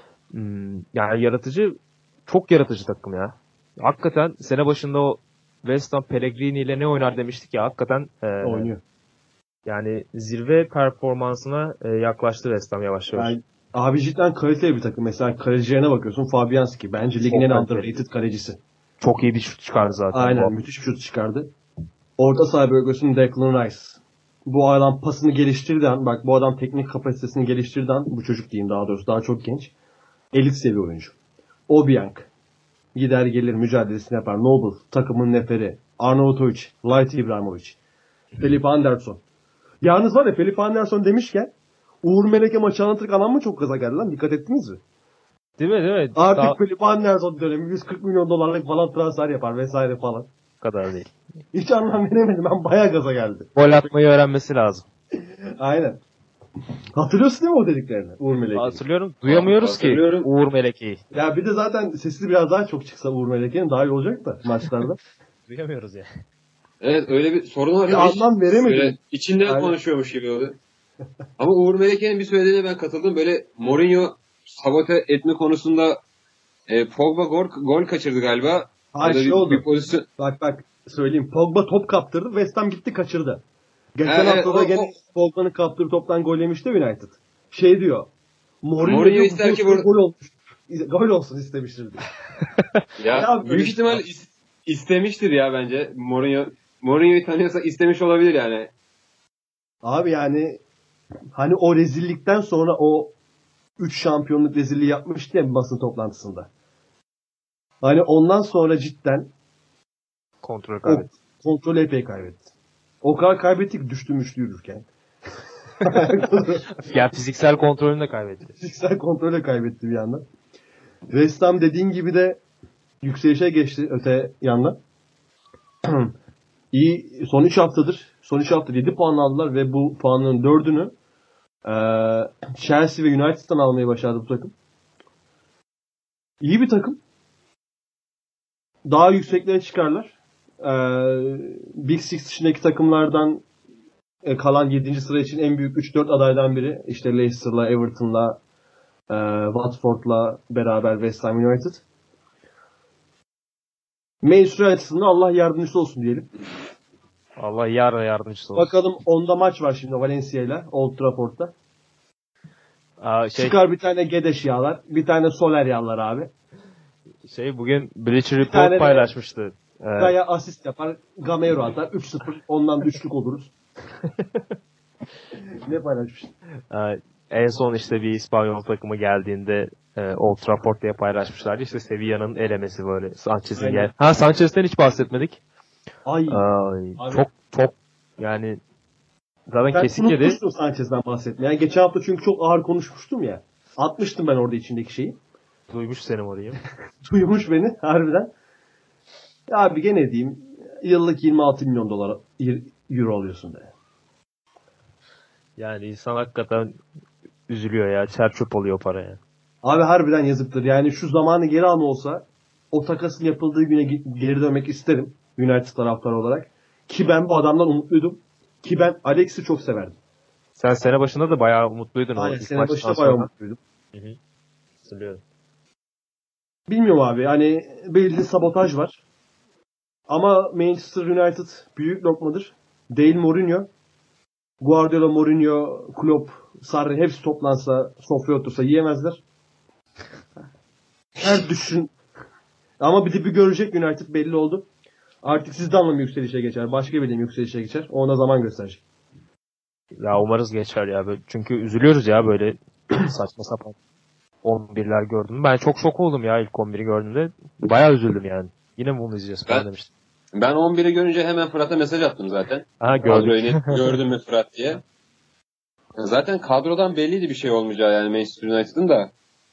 Yani çok yaratıcı takım ya. Hakikaten sene başında o West Ham Pellegrini ile ne oynar demiştik ya. Hakikaten oynuyor. Yani zirve performansına yaklaştı West Ham yavaş yavaş. Yani, abi cidden kaliteli bir takım. Mesela kalecilerine bakıyorsun. Fabianski. Bence ligin en underrated kalecisi. Çok iyi bir şut çıkardı zaten. Aynen. Müthiş bir şut çıkardı. Orta saha bölgesinde Declan Rice. Bu adam pasını geliştirdiği an, bak bu adam teknik kapasitesini geliştirdiği an, bu çocuk diyeyim daha doğrusu, daha çok genç. Elit seviye oyuncu. Obiang. Gider gelir mücadelesini yapar. Noble. Takımın neferi. Arnautovic. Light İbrahimovic. Felipe Anderson. Yalnız var ya Felipe Anderson demişken Uğur Meleke maçı anlatırken adam mı çok gaza geldi lan? Dikkat ettiniz mi? Değil mi? Artık Felipe Anderson dönemi 140 milyon dolarlık falan transfer yapar vesaire falan. Bu kadar değil. Hiç anlam veremedim. Ben bayağı gaza geldi. Gol atmayı öğrenmesi lazım. Aynen. Hatırlıyorsun değil mi o dediklerini? Uğur Meleke'yi. Hatırlıyorum. Duyamıyoruz ki Uğur Meleke'yi. Ya bir de zaten sesi biraz daha çok çıksa Uğur Meleke'nin daha iyi olacak da maçlarda. Duyamıyoruz ya. Evet öyle bir sorun var. Bir anlam veremedim. Böyle içinden Aynen. konuşuyormuş gibi oldu. Ama Uğur Meleke'nin bir söylediğine ben katıldım. Böyle Mourinho sabote etme konusunda Pogba gol kaçırdı galiba. Hayır şey bir oldu. pozisyon... Bak söyleyeyim. Pogba top kaptırdı. West Ham gitti kaçırdı. Geçen hafta da gene Pogba'nın kaptırdığı toptan gol yemişti United. Şey diyor. Mourinho ister ki gol olsun istemiştir diyor. ya büyük ihtimal istemiştir ya bence. Mourinho'yu tanıyorsa istemiş olabilir yani. Abi yani hani o rezillikten sonra o 3 şampiyonluk rezilliği yapmıştı ya basın toplantısında. Hani ondan sonra cidden kontrolü epey kaybetti. O kadar kaybettik düştü yürürken. Ya fiziksel kontrolünü de kaybetti. Fiziksel kontrolü kaybetti bir yandan. West Ham dediğin gibi de yükselişe geçti öte yandan. İyi son 3 haftadır 7 puan aldılar ve bu puanların 4'ünü Chelsea ve United'dan almayı başardı bu takım. İyi bir takım. daha yükseklere çıkarlar. Big Six dışındaki takımlardan kalan 7. sıra için en büyük 3-4 adaydan biri. İşte Leicester'la, Everton'la, Watford'la beraber West Ham United. Manchester United'ın Allah yardımcısı olsun diyelim. Allah yardımcısı olsun. Bakalım onda maç var şimdi Valencia ile Old Trafford'da. Çıkar bir tane Gedeş yağlar, bir tane Soler yağlar abi. Bugün Bleacher Report paylaşmıştı. Gaya asist yapar, Gamero atar, 3-0 ondan da üçlük oluruz. Ne paylaşmış? En son işte bir İspanyol takımı geldiğinde Old Trafford diye paylaşmışlardı. İşte Sevilla'nın elemesi böyle. Sanchez'in gel. Sanchez'ten hiç bahsetmedik. Ay çok yani zaten ben kesik yedi. Ben unutmuştum Sanchez'den bahsetmeye. Yani geçen hafta çünkü çok ağır konuşmuştum ya. Atmıştım ben orada içindeki şeyi. Duymuş seni orayı. Duymuş beni harbiden. Ya abi gene diyeyim yıllık 26 milyon dolar euro alıyorsun de. Yani insan hakikaten üzülüyor ya. Çerçöp oluyor paraya. Abi harbiden yazıktır. Yani şu zamanı geri alma olsa o takasın yapıldığı güne geri dönmek isterim. United taraftarı olarak. Ki ben bu adamdan umutluydum. Ki ben Alex'i çok severdim. Sen sene başında da bayağı umutluydun. Aynen sene başında bayağı umutluydum. Hatırlıyorum. Bilmiyorum abi. Hani belli sabotaj var. Ama Manchester United büyük lokmadır. Değil Mourinho. Guardiola, Mourinho, Klopp, Sarri hepsi toplansa, sofraya otursa yiyemezler. Her düşün. Ama bir görecek United belli oldu. Artık sizden mi yükselişe geçer? Başka birinin yükselişe geçer. Ona zaman gösterecek. Ya umarız geçer ya. Çünkü üzülüyoruz ya böyle saçma sapan 11'ler gördüm. Ben çok şok oldum ya ilk 11'i gördüğümde. Bayağı üzüldüm yani. Yine mi bunu izleyeceğiz falan demiştim. Ben 11'i görünce hemen Fırat'a mesaj attım zaten. Gördüm. Gördün mü Fırat diye. Zaten kadrodan belliydi bir şey olmayacağı yani Manchester United'ın da.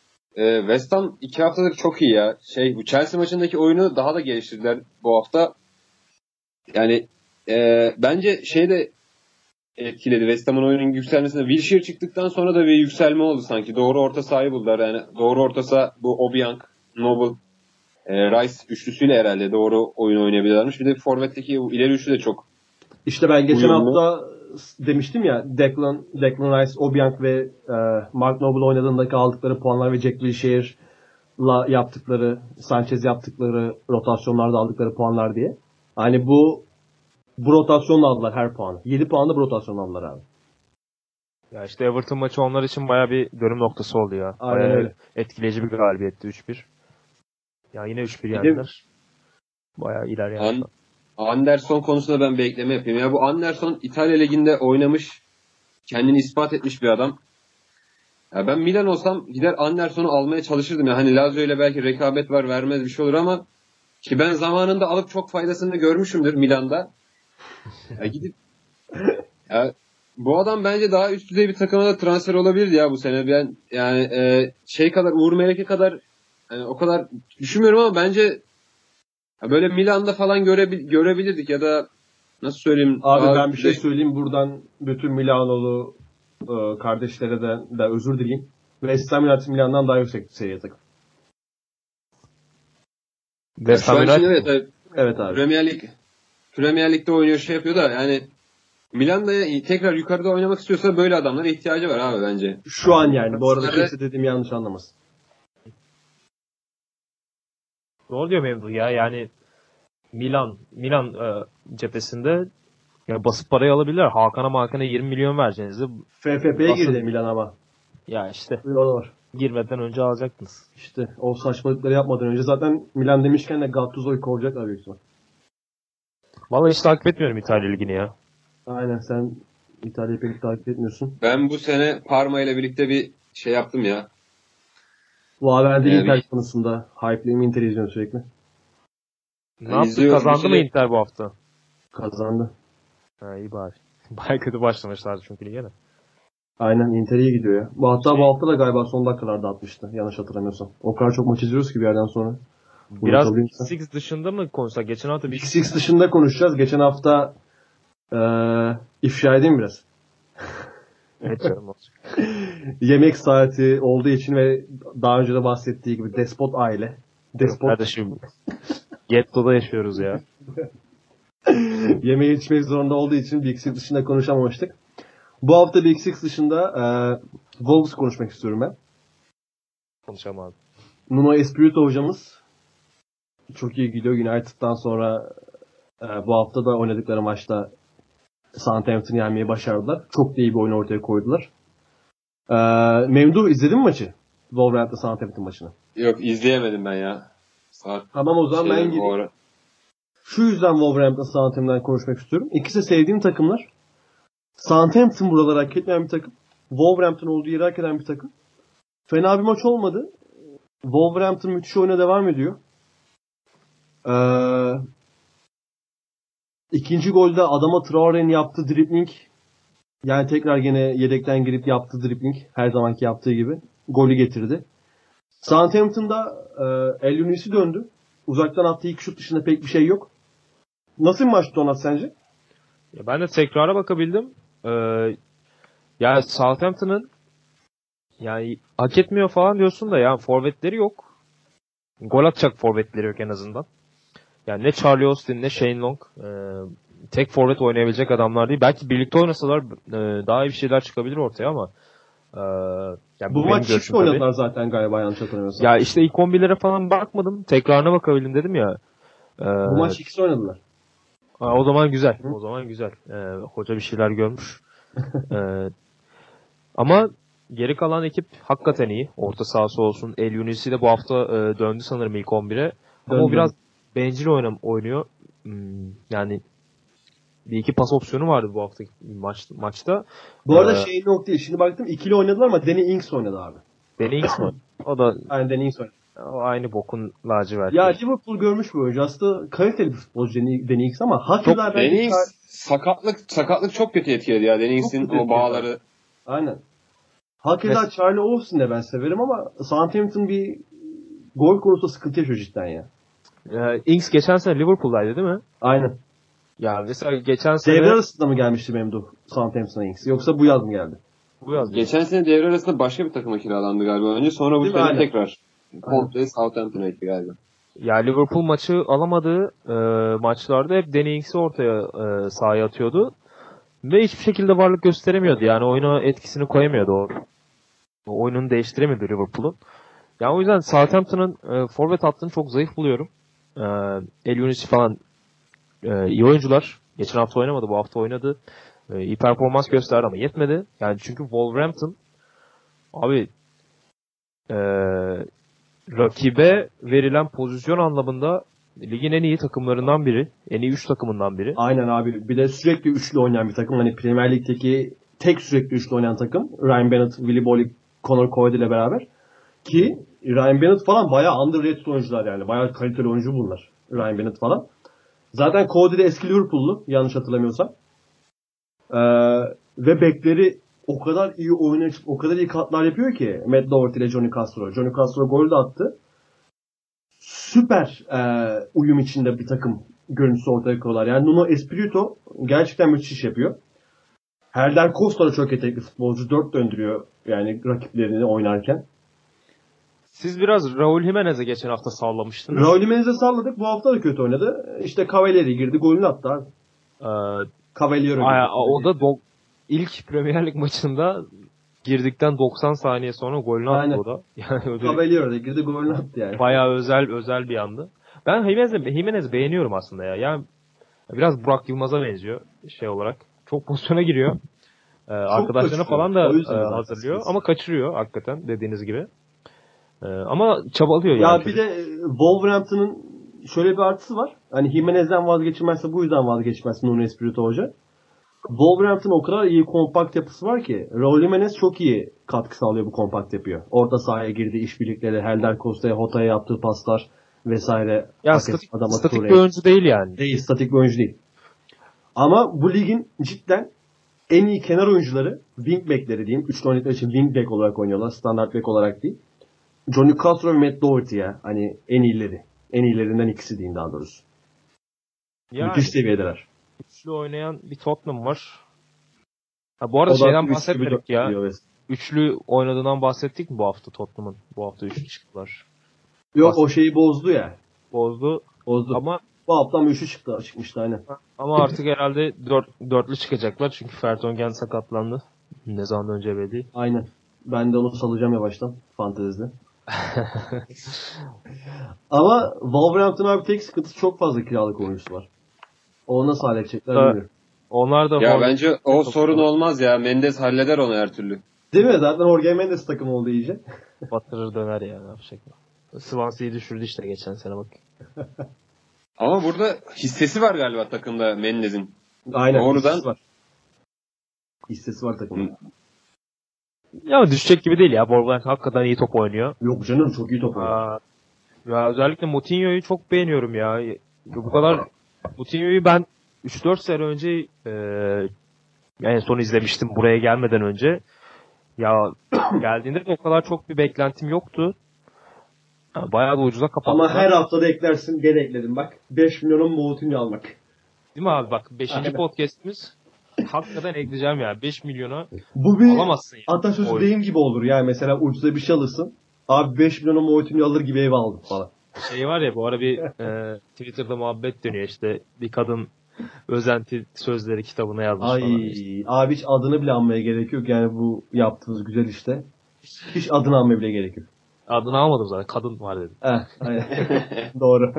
West Ham 2 haftadır çok iyi ya. Bu Chelsea maçındaki oyunu daha da geliştirdiler bu hafta. Yani bence de etkiledi. West Ham'ın oyunun yükselmesinde. Wilshere çıktıktan sonra da bir yükselme oldu sanki. Doğru orta sahayı buldular. Yani doğru orta saha bu Obiang, Noble, Rice üçlüsüyle herhalde doğru oyun oynayabilirlermiş. Bir de forvetteki ileri üçlü de çok. İşte ben geçen hafta demiştim ya Declan Rice, Obiang ve Mark Noble oynadığındaki aldıkları puanlar ve Jack Wilshere'la yaptıkları, Sanchez yaptıkları rotasyonlarda aldıkları puanlar diye. Hani bu rotasyonla aldılar her puanı. 7 puanı da bu rotasyonla aldılar abi. Ya işte Everton maçı onlar için bayağı bir dönüm noktası oldu ya. Aynen öyle. Etkileyici bir galibiyetti 3-1. Ya yine 3-1 yendiler. Bayağı ilerleyen. Anderson konusunda ben bir ekleme yapayım. Ya bu Anderson İtalya Ligi'nde oynamış, kendini ispat etmiş bir adam. Ya ben Milan olsam gider Anderson'u almaya çalışırdım. Ya hani Lazio ile belki rekabet var, vermez bir şey olur ama ki ben zamanında alıp çok faydasını görmüşümdür Milan'da. Ya gidip ya bu adam bence daha üst düzey bir takıma da transfer olabilirdi ya bu sene. Ben yani kadar Uğur Meleke kadar yani o kadar düşünmüyorum ama bence böyle Milan'da falan görebilirdik ya da nasıl söyleyeyim? Abi ben bir şey söyleyeyim buradan bütün Milanolu kardeşlere de özür dileyim. West Ham United Milan'dan daha yüksek seviye takım. West Ham United? Evet abi. Premier Lig'de oynuyor yapıyor da yani Milan'da tekrar yukarıda oynamak istiyorsa böyle adamlara ihtiyacı var abi bence. Şu an yani. Bu arada kimse dediğimi yanlış anlamasın. Ne oluyor mevzu ya? Yani Milan cephesinde ya basıp parayı alabilirler. Hakan'a 20 milyon vereceğinizde. FFP'ye girdi Milan ama. Ya işte. Var. Girmeden önce alacaktınız. İşte o saçmalıkları yapmadan önce zaten Milan demişken de Gattuso'yu kovacaklar büyük ihtimal. Vallahi hiç takip etmiyorum İtalya Ligi'ni ya. Aynen sen İtalya'yı pek takip etmiyorsun. Ben bu sene Parma ile birlikte bir şey yaptım ya. Valverde Inter konusunda hype'liyim, Inter izliyorum sürekli. Ne yaptı? Kazandı mı Inter bu hafta? Kazandı. Ha iyi bari. Bayağı kötü başlamışlardı çünkü lige de. Aynen Inter iyi gidiyor ya. Bu hafta da galiba son dakikalarda atmıştı. Yanlış hatırlamıyorsam. O kadar çok maç izliyoruz ki bir yerden sonra. Biraz Big Six dışında mı konuşsak? Geçen hafta Big Six dışında konuşacağız. Geçen hafta ifşa edeyim biraz. Evet canım olacak. Yemek saati olduğu için ve daha önce de bahsettiği gibi despot aile. Kardeşim Getto'da yaşıyoruz ya. Yemeğe yetişmek zorunda olduğu için Big Six dışında konuşamamıştık. Bu hafta Big Six dışında Wolves konuşmak istiyorum ben. Konuşamadım. Nuno Espirito hocamız çok iyi gidiyor. United'dan sonra bu hafta da oynadıkları maçta Southampton'ı yenmeyi başardılar. Çok da iyi bir oyun ortaya koydular. Memduh, izledin mi maçı? Wolverhampton Southampton maçını. Yok, izleyemedim ben ya. Tamam, o zaman ben gideyim. Şu yüzden Wolverhampton Southampton'dan konuşmak istiyorum. İkisi sevdiğim takımlar. Southampton buraları hak etmeyen bir takım. Wolverhampton olduğu yeri hak eden bir takım. Fena bir maç olmadı. Wolverhampton müthiş oyuna devam ediyor. İkinci golde adama Traore'nin yaptığı dribbling, yani tekrar gene yedekten girip yaptığı dribbling, her zamanki yaptığı gibi golü getirdi. Southampton'da El Yunis'i döndü. Uzaktan attığı ilk şut dışında pek bir şey yok. Nasıl bir maçtı Onat sence? Ya ben de tekrara bakabildim. Yani Southampton'ın yani hak etmiyor falan diyorsun da yani forvetleri yok. Gol atacak forvetleri yok en azından. Yani ne Charlie Austin ne Shane Long tek forvet oynayabilecek adamlar değil. Belki birlikte oynasalar daha iyi bir şeyler çıkabilir ortaya ama yani bu maç çift oynadılar zaten galiba, yanlış hatırlamıyorsam. Ya işte ilk 11'lere falan bakmadım. Tekrarına bakabildim dedim ya. Bu maç ikisi oynadılar. O zaman güzel. O zaman güzel. Hoca bir şeyler görmüş. Ama geri kalan ekip hakikaten iyi. Orta sahası olsun. El Yunis'i de bu hafta döndü sanırım ilk 11'e. Ama o biraz bencil oynuyor. Yani bir iki pas opsiyonu vardı bu haftaki maçta. Bu arada şey yok değil. Şimdi baktım ikili oynadılar ama Danny Ings oynadı abi. Danny Ings mi? O da aynen, Danny Ings oynadı. O aynı bokun laciverti. Ya Liverpool görmüş bu oyuncu. Aslında kaliteli bir futbolcu Danny Ings ama hakikaten Danny Ings sakatlık çok kötü etkiledi ya. Danny Ings'in o bağları. Aynen. Hakikaten Charlie Austin'i de ben severim ama Southampton bir gol konusunda sıkıntı yaşıyor cidden ya. Ings geçen sene Liverpool'daydı değil mi? Aynen. Ya mesela geçen sene... Devre arasında mı gelmişti Memduh Southampton'a Ings? Yoksa bu yaz mı geldi? Bu yaz. Geçen sene devre arasında başka bir takıma kiralandı galiba önce. Sonra bu sene tekrar komple Southampton'a gitti galiba. Ya Liverpool maçı alamadığı maçlarda hep Danny Ings'i ortaya sahaya atıyordu. Ve hiçbir şekilde varlık gösteremiyordu. Yani oyuna etkisini koyamıyordu o. Oyununu değiştiremiyordu Liverpool'un. Yani o yüzden Southampton'ın forvet hattını çok zayıf buluyorum. El Yunis'i falan iyi oyuncular. Geçen hafta oynamadı, bu hafta oynadı. İyi performans gösterdi ama yetmedi. Yani çünkü Wolverhampton abi rakibe verilen pozisyon anlamında ligin en iyi takımlarından biri. En iyi 3 takımından biri. Aynen abi. Bir de sürekli üçlü oynayan bir takım. Hani Premier Lig'deki tek sürekli üçlü oynayan takım. Ryan Bennett, Willy Boly, Conor Coady ile beraber. Ki Ryan Bennett falan bayağı underrated oyuncular yani. Bayağı kaliteli oyuncu bunlar. Ryan Bennett falan. Zaten Coady de eski Liverpool'lu. Yanlış hatırlamıyorsam. Ve bekleri o kadar iyi oyun açıp o kadar iyi katlar yapıyor ki Matt Doherty ile Johnny Castro. Johnny Castro gol de attı. Süper uyum içinde bir takım görüntüsü ortaya koyuyorlar. Yani Nuno Espirito gerçekten müthiş iş yapıyor. Herder Costa da çok yetenekli futbolcu. 4 döndürüyor yani rakiplerini oynarken. Siz biraz Raul Jimenez'e geçen hafta sallamıştınız. Raul Jimenez'e salladık. Bu hafta da kötü oynadı. İşte Cavalieri girdi. Golünü attı abi. Cavalieri. O da ilk Premier Lig maçında girdikten 90 saniye sonra golünü attı o da. Yani Cavalieri girdi, golünü attı yani. Bayağı özel bir andı. Ben Jimenez'i beğeniyorum aslında ya. Yani biraz Burak Yılmaz'a benziyor şey olarak. Çok pozisyona giriyor. Arkadaşlarına falan da hazırlıyor ama kaçırıyor hakikaten dediğiniz gibi. Ama çabalıyor yani. Ya bir de Wolverhampton'ın şöyle bir artısı var. Hani Jimenez'den vazgeçmezse bu yüzden vazgeçmez Nuno Espirito Hoca. Wolverhampton o kadar iyi kompakt yapısı var ki Raul Jimenez çok iyi katkı sağlıyor bu kompakt yapıyor. Orta sahaya girdi, işbirlikleri, Helder Costa'ya, Hota'ya yaptığı paslar vesaire. Ya statik bir oyuncu değil yani. Değil, statik bir oyuncu değil. Ama bu ligin cidden en iyi kenar oyuncuları, wingback'leri diyeyim. Üçlü oynadıkları için wingback olarak oynuyorlar. Standart back olarak değil. Johnny Castro ve Matt Doherty ya. Hani en iyileri. En iyilerinden ikisi diyeyim daha doğrusu. Yani, müthiş seviyedeler. Üçlü oynayan bir Tottenham var. Bu arada şeyden bahsetmedik ya. Üçlü oynadığından bahsettik mi bu hafta Tottenham'ın? Bu hafta üçlü çıktılar. Yok o şeyi bozdu ya. Bozdu. Bozdu. Ama Bu haftam 3'ü çıkmıştı aynen. ama artık herhalde dörtlü çıkacaklar çünkü Vertonghen sakatlandı. Ne zaman önce belli. Aynen. Ben de onu salacağım yavaştan fantezide. Ama Wolverhampton abi tek sıkıntısı çok fazla kiralık oyuncusu var. Onu nasıl halledecekler bilmiyorum. Onlar da Ya bence o sorun olmaz ya. Mendes halleder onu her türlü. Değil mi? Zaten Jorge Mendes takım oldu iyice. batırır döner ya, ne yapacak. Swansea'yı düşürdü işte geçen sene bak. Ama burada hissesi var galiba takımda Mendes'in. Aynen. Doğrudan Hissesi var. Hissesi var takımda. Ya düşecek gibi değil ya. Wolverhampton hakikaten iyi top oynuyor. Yok canım çok iyi top oynuyor. Ya özellikle Moutinho'yu çok beğeniyorum ya. Bu kadar Moutinho'yu ben 3-4 sene önce en son izlemiştim buraya gelmeden önce. Ya geldiğinde de o kadar çok bir beklentim yoktu. Ya, bayağı da ucuza kapattılar. Ama her hafta da eklersin. Gene ekledim bak. 5 milyonun Moutinho almak. Değil mi abi bak 5. Aynen. podcast'imiz hakikaten ekleyeceğim ya. 5 milyona Bu bir alamazsın ya. atasözü deyim gibi olur. Yani mesela ucuza bir şey alırsın. Abi 5 milyonun Moutinho alır gibi ev aldım falan. Şey var ya bu ara bir Twitter'da muhabbet dönüyor işte bir kadın özenti sözleri kitabına yazmış Ay falan. İşte. abi hiç adını bile anmaya gerek yok. Yani bu yaptığınız güzel işte. Hiç adını anmaya bile gerek yok. Adını almadım zaten kadın var dedim. Aynen. Doğru.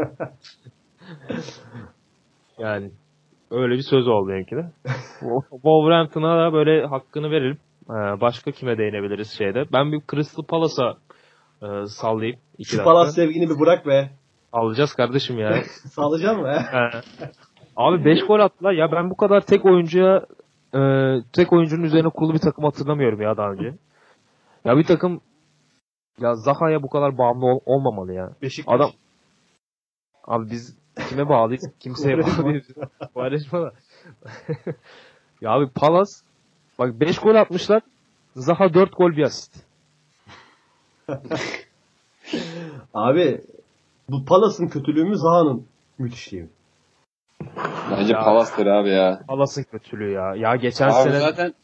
Yani öyle bir söz oldu benimki de. Wolverhampton'a da böyle hakkını verelim. Başka kime değinebiliriz şeyde? Ben bir Crystal Palace'a sallayayım. 2 Şu dakika. Palace sevgini bir bırak be. Alacağız kardeşim ya. Sallayacağım mı? Abi 5 gol attılar. Ya ben bu kadar tek oyuncunun üzerine kurulu bir takım hatırlamıyorum ya daha önce. Ya bir takım ya Zaha'ya bu kadar bağımlı olmamalı ya. Beşiktaş. Adam abi biz kime bağlıyız? Kimseye bağlıyız. Paylaşma da. Ya abi Palace bak 5 gol atmışlar. Zaha 4 gol bir asist. Abi bu Palace'ın kötülüğü mü Zaha'nın müthişliği mi? bence Ya. Palas'tır abi ya. Palace'ın kötülüğü ya. Ya geçen Abi sene zaten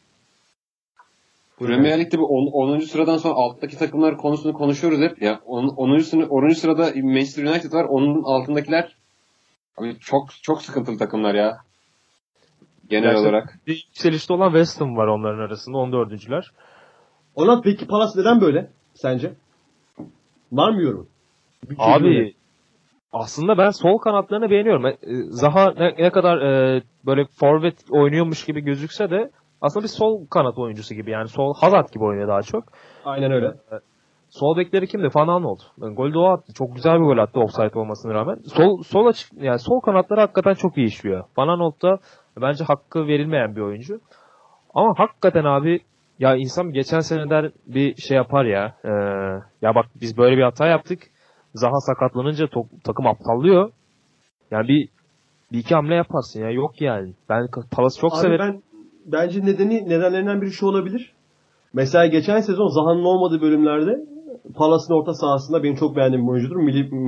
Premier Lig'de bu 10. sıradan sonra alttaki takımlar konusunu konuşuyoruz hep. Ya 10. sırada Manchester United var. Onun altındakiler abi çok sıkıntılı takımlar ya. Genel Gerçekten olarak. bir yükselişte olan West Ham var onların arasında 14.'ler. Ona peki Palace neden böyle sence? Var mı yorum? Abi aslında ben sol kanatlarını beğeniyorum. Zaha ne kadar böyle forvet oynuyormuş gibi gözükse de aslında bir sol kanat oyuncusu gibi yani sol Hazard gibi oynuyor daha çok. Aynen öyle. Sol bekleri kimdi? Van Aanholt. Golü de o attı. Çok güzel bir gol attı offside olmasına rağmen. Sol açık yani sol kanatları hakikaten çok iyi işliyor. Van Aanholt da bence hakkı verilmeyen bir oyuncu. Ama hakikaten abi ya insan geçen seneden bir şey yapar ya. Ya bak biz böyle bir hata yaptık. Zaha sakatlanınca takım aptallıyor. Yani bir iki hamle yaparsın ya. Yok yani. Ben Palace'ı çok Abi severim. bence nedenlerinden biri şu olabilir. Mesela geçen sezon Zaha'nın olmadığı bölümlerde Palace'ın orta sahasında benim çok beğendiğim bir oyuncudur.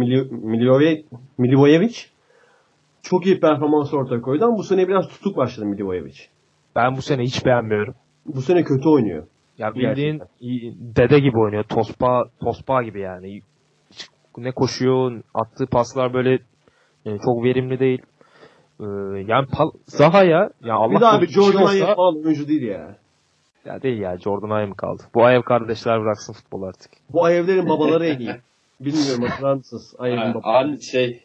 Milivojevic. Çok iyi performans ortaya koydu ama bu sene biraz tutuk başladı Milivojevic. Ben bu sene hiç beğenmiyorum. Bu sene kötü oynuyor. Ya bildiğin dede gibi oynuyor. Tospa gibi yani. Ne koşuyor, attığı paslar böyle çok verimli değil. Yani Zaha'ya ya Allah bir daha bir korusun, Jordan olsa- Ayew falan oyuncu değil ya. Ya değil ya Jordan Ayew mi kaldı? Bu Ayew kardeşler bıraksın futbol artık. Bu Ayevlerin babaları en iyi. Bilmiyorum hatırlar mısınız? Ayev'in babaları.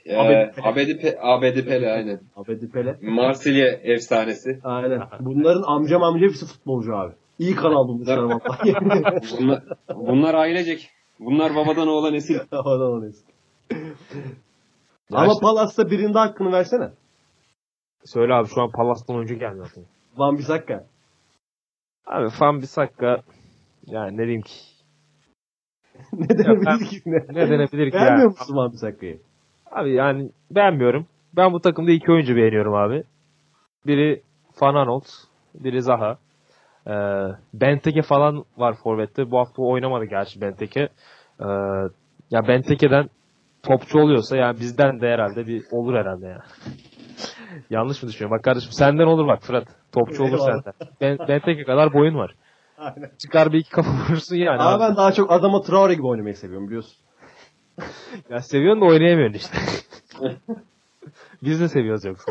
Abedi Pele aynen. Abedi Pele. Marsilya efsanesi. Aynen. Bunların amca hepsi futbolcu abi. İyi kanal bulmuşlar vallahi. Bunlar ailecek. Bunlar babadan oğlan nesil. Havadan orası. Ama işte- Palas'ta birinin de hakkını versene. Söyle abi şu an Palas'tan oyuncu gelmiyor. Van Bissaka. Abi Van Bissaka yani ne diyeyim ki? Ne denebilir ki? Ne denebilir ki Beğenmiyor ya? musun Van Bissaka'yı? Abi yani beğenmiyorum. Ben bu takımda 2 oyuncu beğeniyorum abi. Biri Van Aanholt, biri Zaha. Benteke falan var forvette. Bu hafta oynamadı gerçi Benteke. Ya Benteke'den topçu oluyorsa yani bizden de herhalde bir olur herhalde ya. Yanlış mı düşünüyorum? Bak kardeşim senden olur bak Fırat. Topçu olur Eyvallah. senden. Benteke kadar boyun var. Aynen. Çıkar bir iki kafa vurursun yani. Ama ben daha çok Adama Traore gibi oynamayı seviyorum biliyorsun. Ya seviyorsun da oynayamıyorsun işte. Biz de seviyoruz yoksa.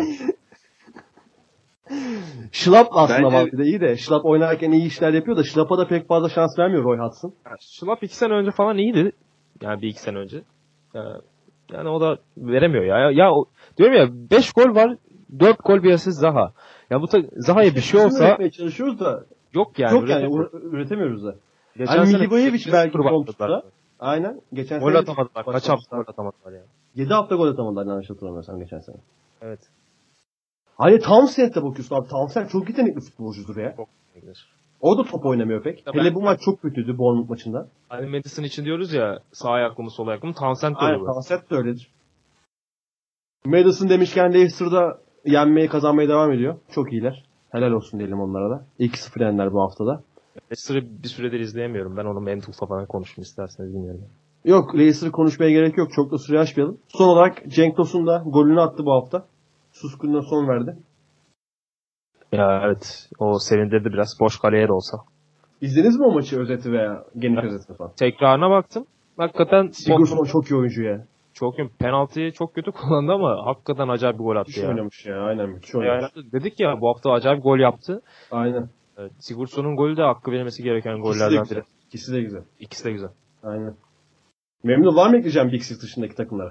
Schlapp aslında Bence- vakti de iyi de. Schlapp oynarken iyi işler yapıyor da Schlapp'a da pek fazla şans vermiyor Roy Hodgson. Schlapp 2 sene önce falan iyiydi. Yani 1-2 sene önce. Yani o da veremiyor ya. Diyorum ya 5 gol var. 4 gol bir asist Zaha. Ya bu Zaha'ya bir şey olsa Üretmeye çalışıyoruz da yok yani. çok yani üretemiyoruz da. Geçen Yani sene Milivojevic belki sıfır son başladılar. tuttu. Aynen. Geçen Gol sene atamadılar. Kaç hafta gol atamadılar ya. 7 hafta gol atamadılar yanlış hatırlamıyorsam geçen sene. Evet. Hayır Townsend'e bakıyorsun abi. Townsend çok yetenekli futbolcudur ya. Çok ilginç. O da top oynamıyor pek. Tabii. Hele bu maç çok kötüydü Bournemouth maçında. Hani Madison için diyoruz ya sağ ayaklı mı sol ayaklı mı Townsend de Aynen öyle. Townsend de öyledir. Madison demişken Leicester'da yenmeye kazanmaya devam ediyor. Çok iyiler. Helal olsun diyelim onlara da. 2-0 yendiler bu haftada. Leicester'ı bir süredir izleyemiyorum. Ben onu Mentul'la falan konuşayım isterseniz bilmiyorum. Yok Leicester'ı konuşmaya gerek yok. Çok da süre açmayalım. Son olarak Cenk Tosun da golünü attı bu hafta. Suskunluğuna son verdi. Ya evet. O sevindirdi biraz. Boş kaleye de olsa. İzlediniz mi o maçı özeti veya geniş özeti falan? Tekrarına baktım. Hakikaten Sigurdsson çok iyi oyuncu ya. çok iyi. Penaltıyı çok kötü kullandı ama hakikaten acayip bir gol attı Müthiş ya. oynamış ya. Aynen müthiş oynamış. Yani dedik ya bu hafta acayip gol yaptı. Aynen. Evet, Sigurdsson'un golü de hakkı verilmesi gereken İkisi de gollerden güzel. biri. İkisi de güzel. İkisi de güzel. Aynen. Memnun var mı ekleyeceğim Big Six dışındaki takımlara?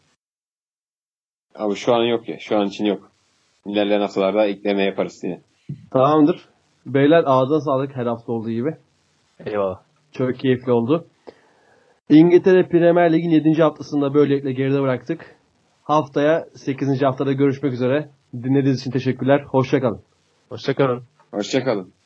Abi şu an yok ya. Şu an için yok. İlerleyen haftalarda ekleme yaparız yine. Tamamdır. Beyler ağzına sağlık her hafta olduğu gibi. Eyvallah. Çok keyifli oldu. İngiltere Premier Lig'in 7. haftasında böylelikle geride bıraktık. Haftaya 8. haftada görüşmek üzere. Dinlediğiniz için teşekkürler. Hoşça kalın. Hoşçakalın. Hoşçakalın.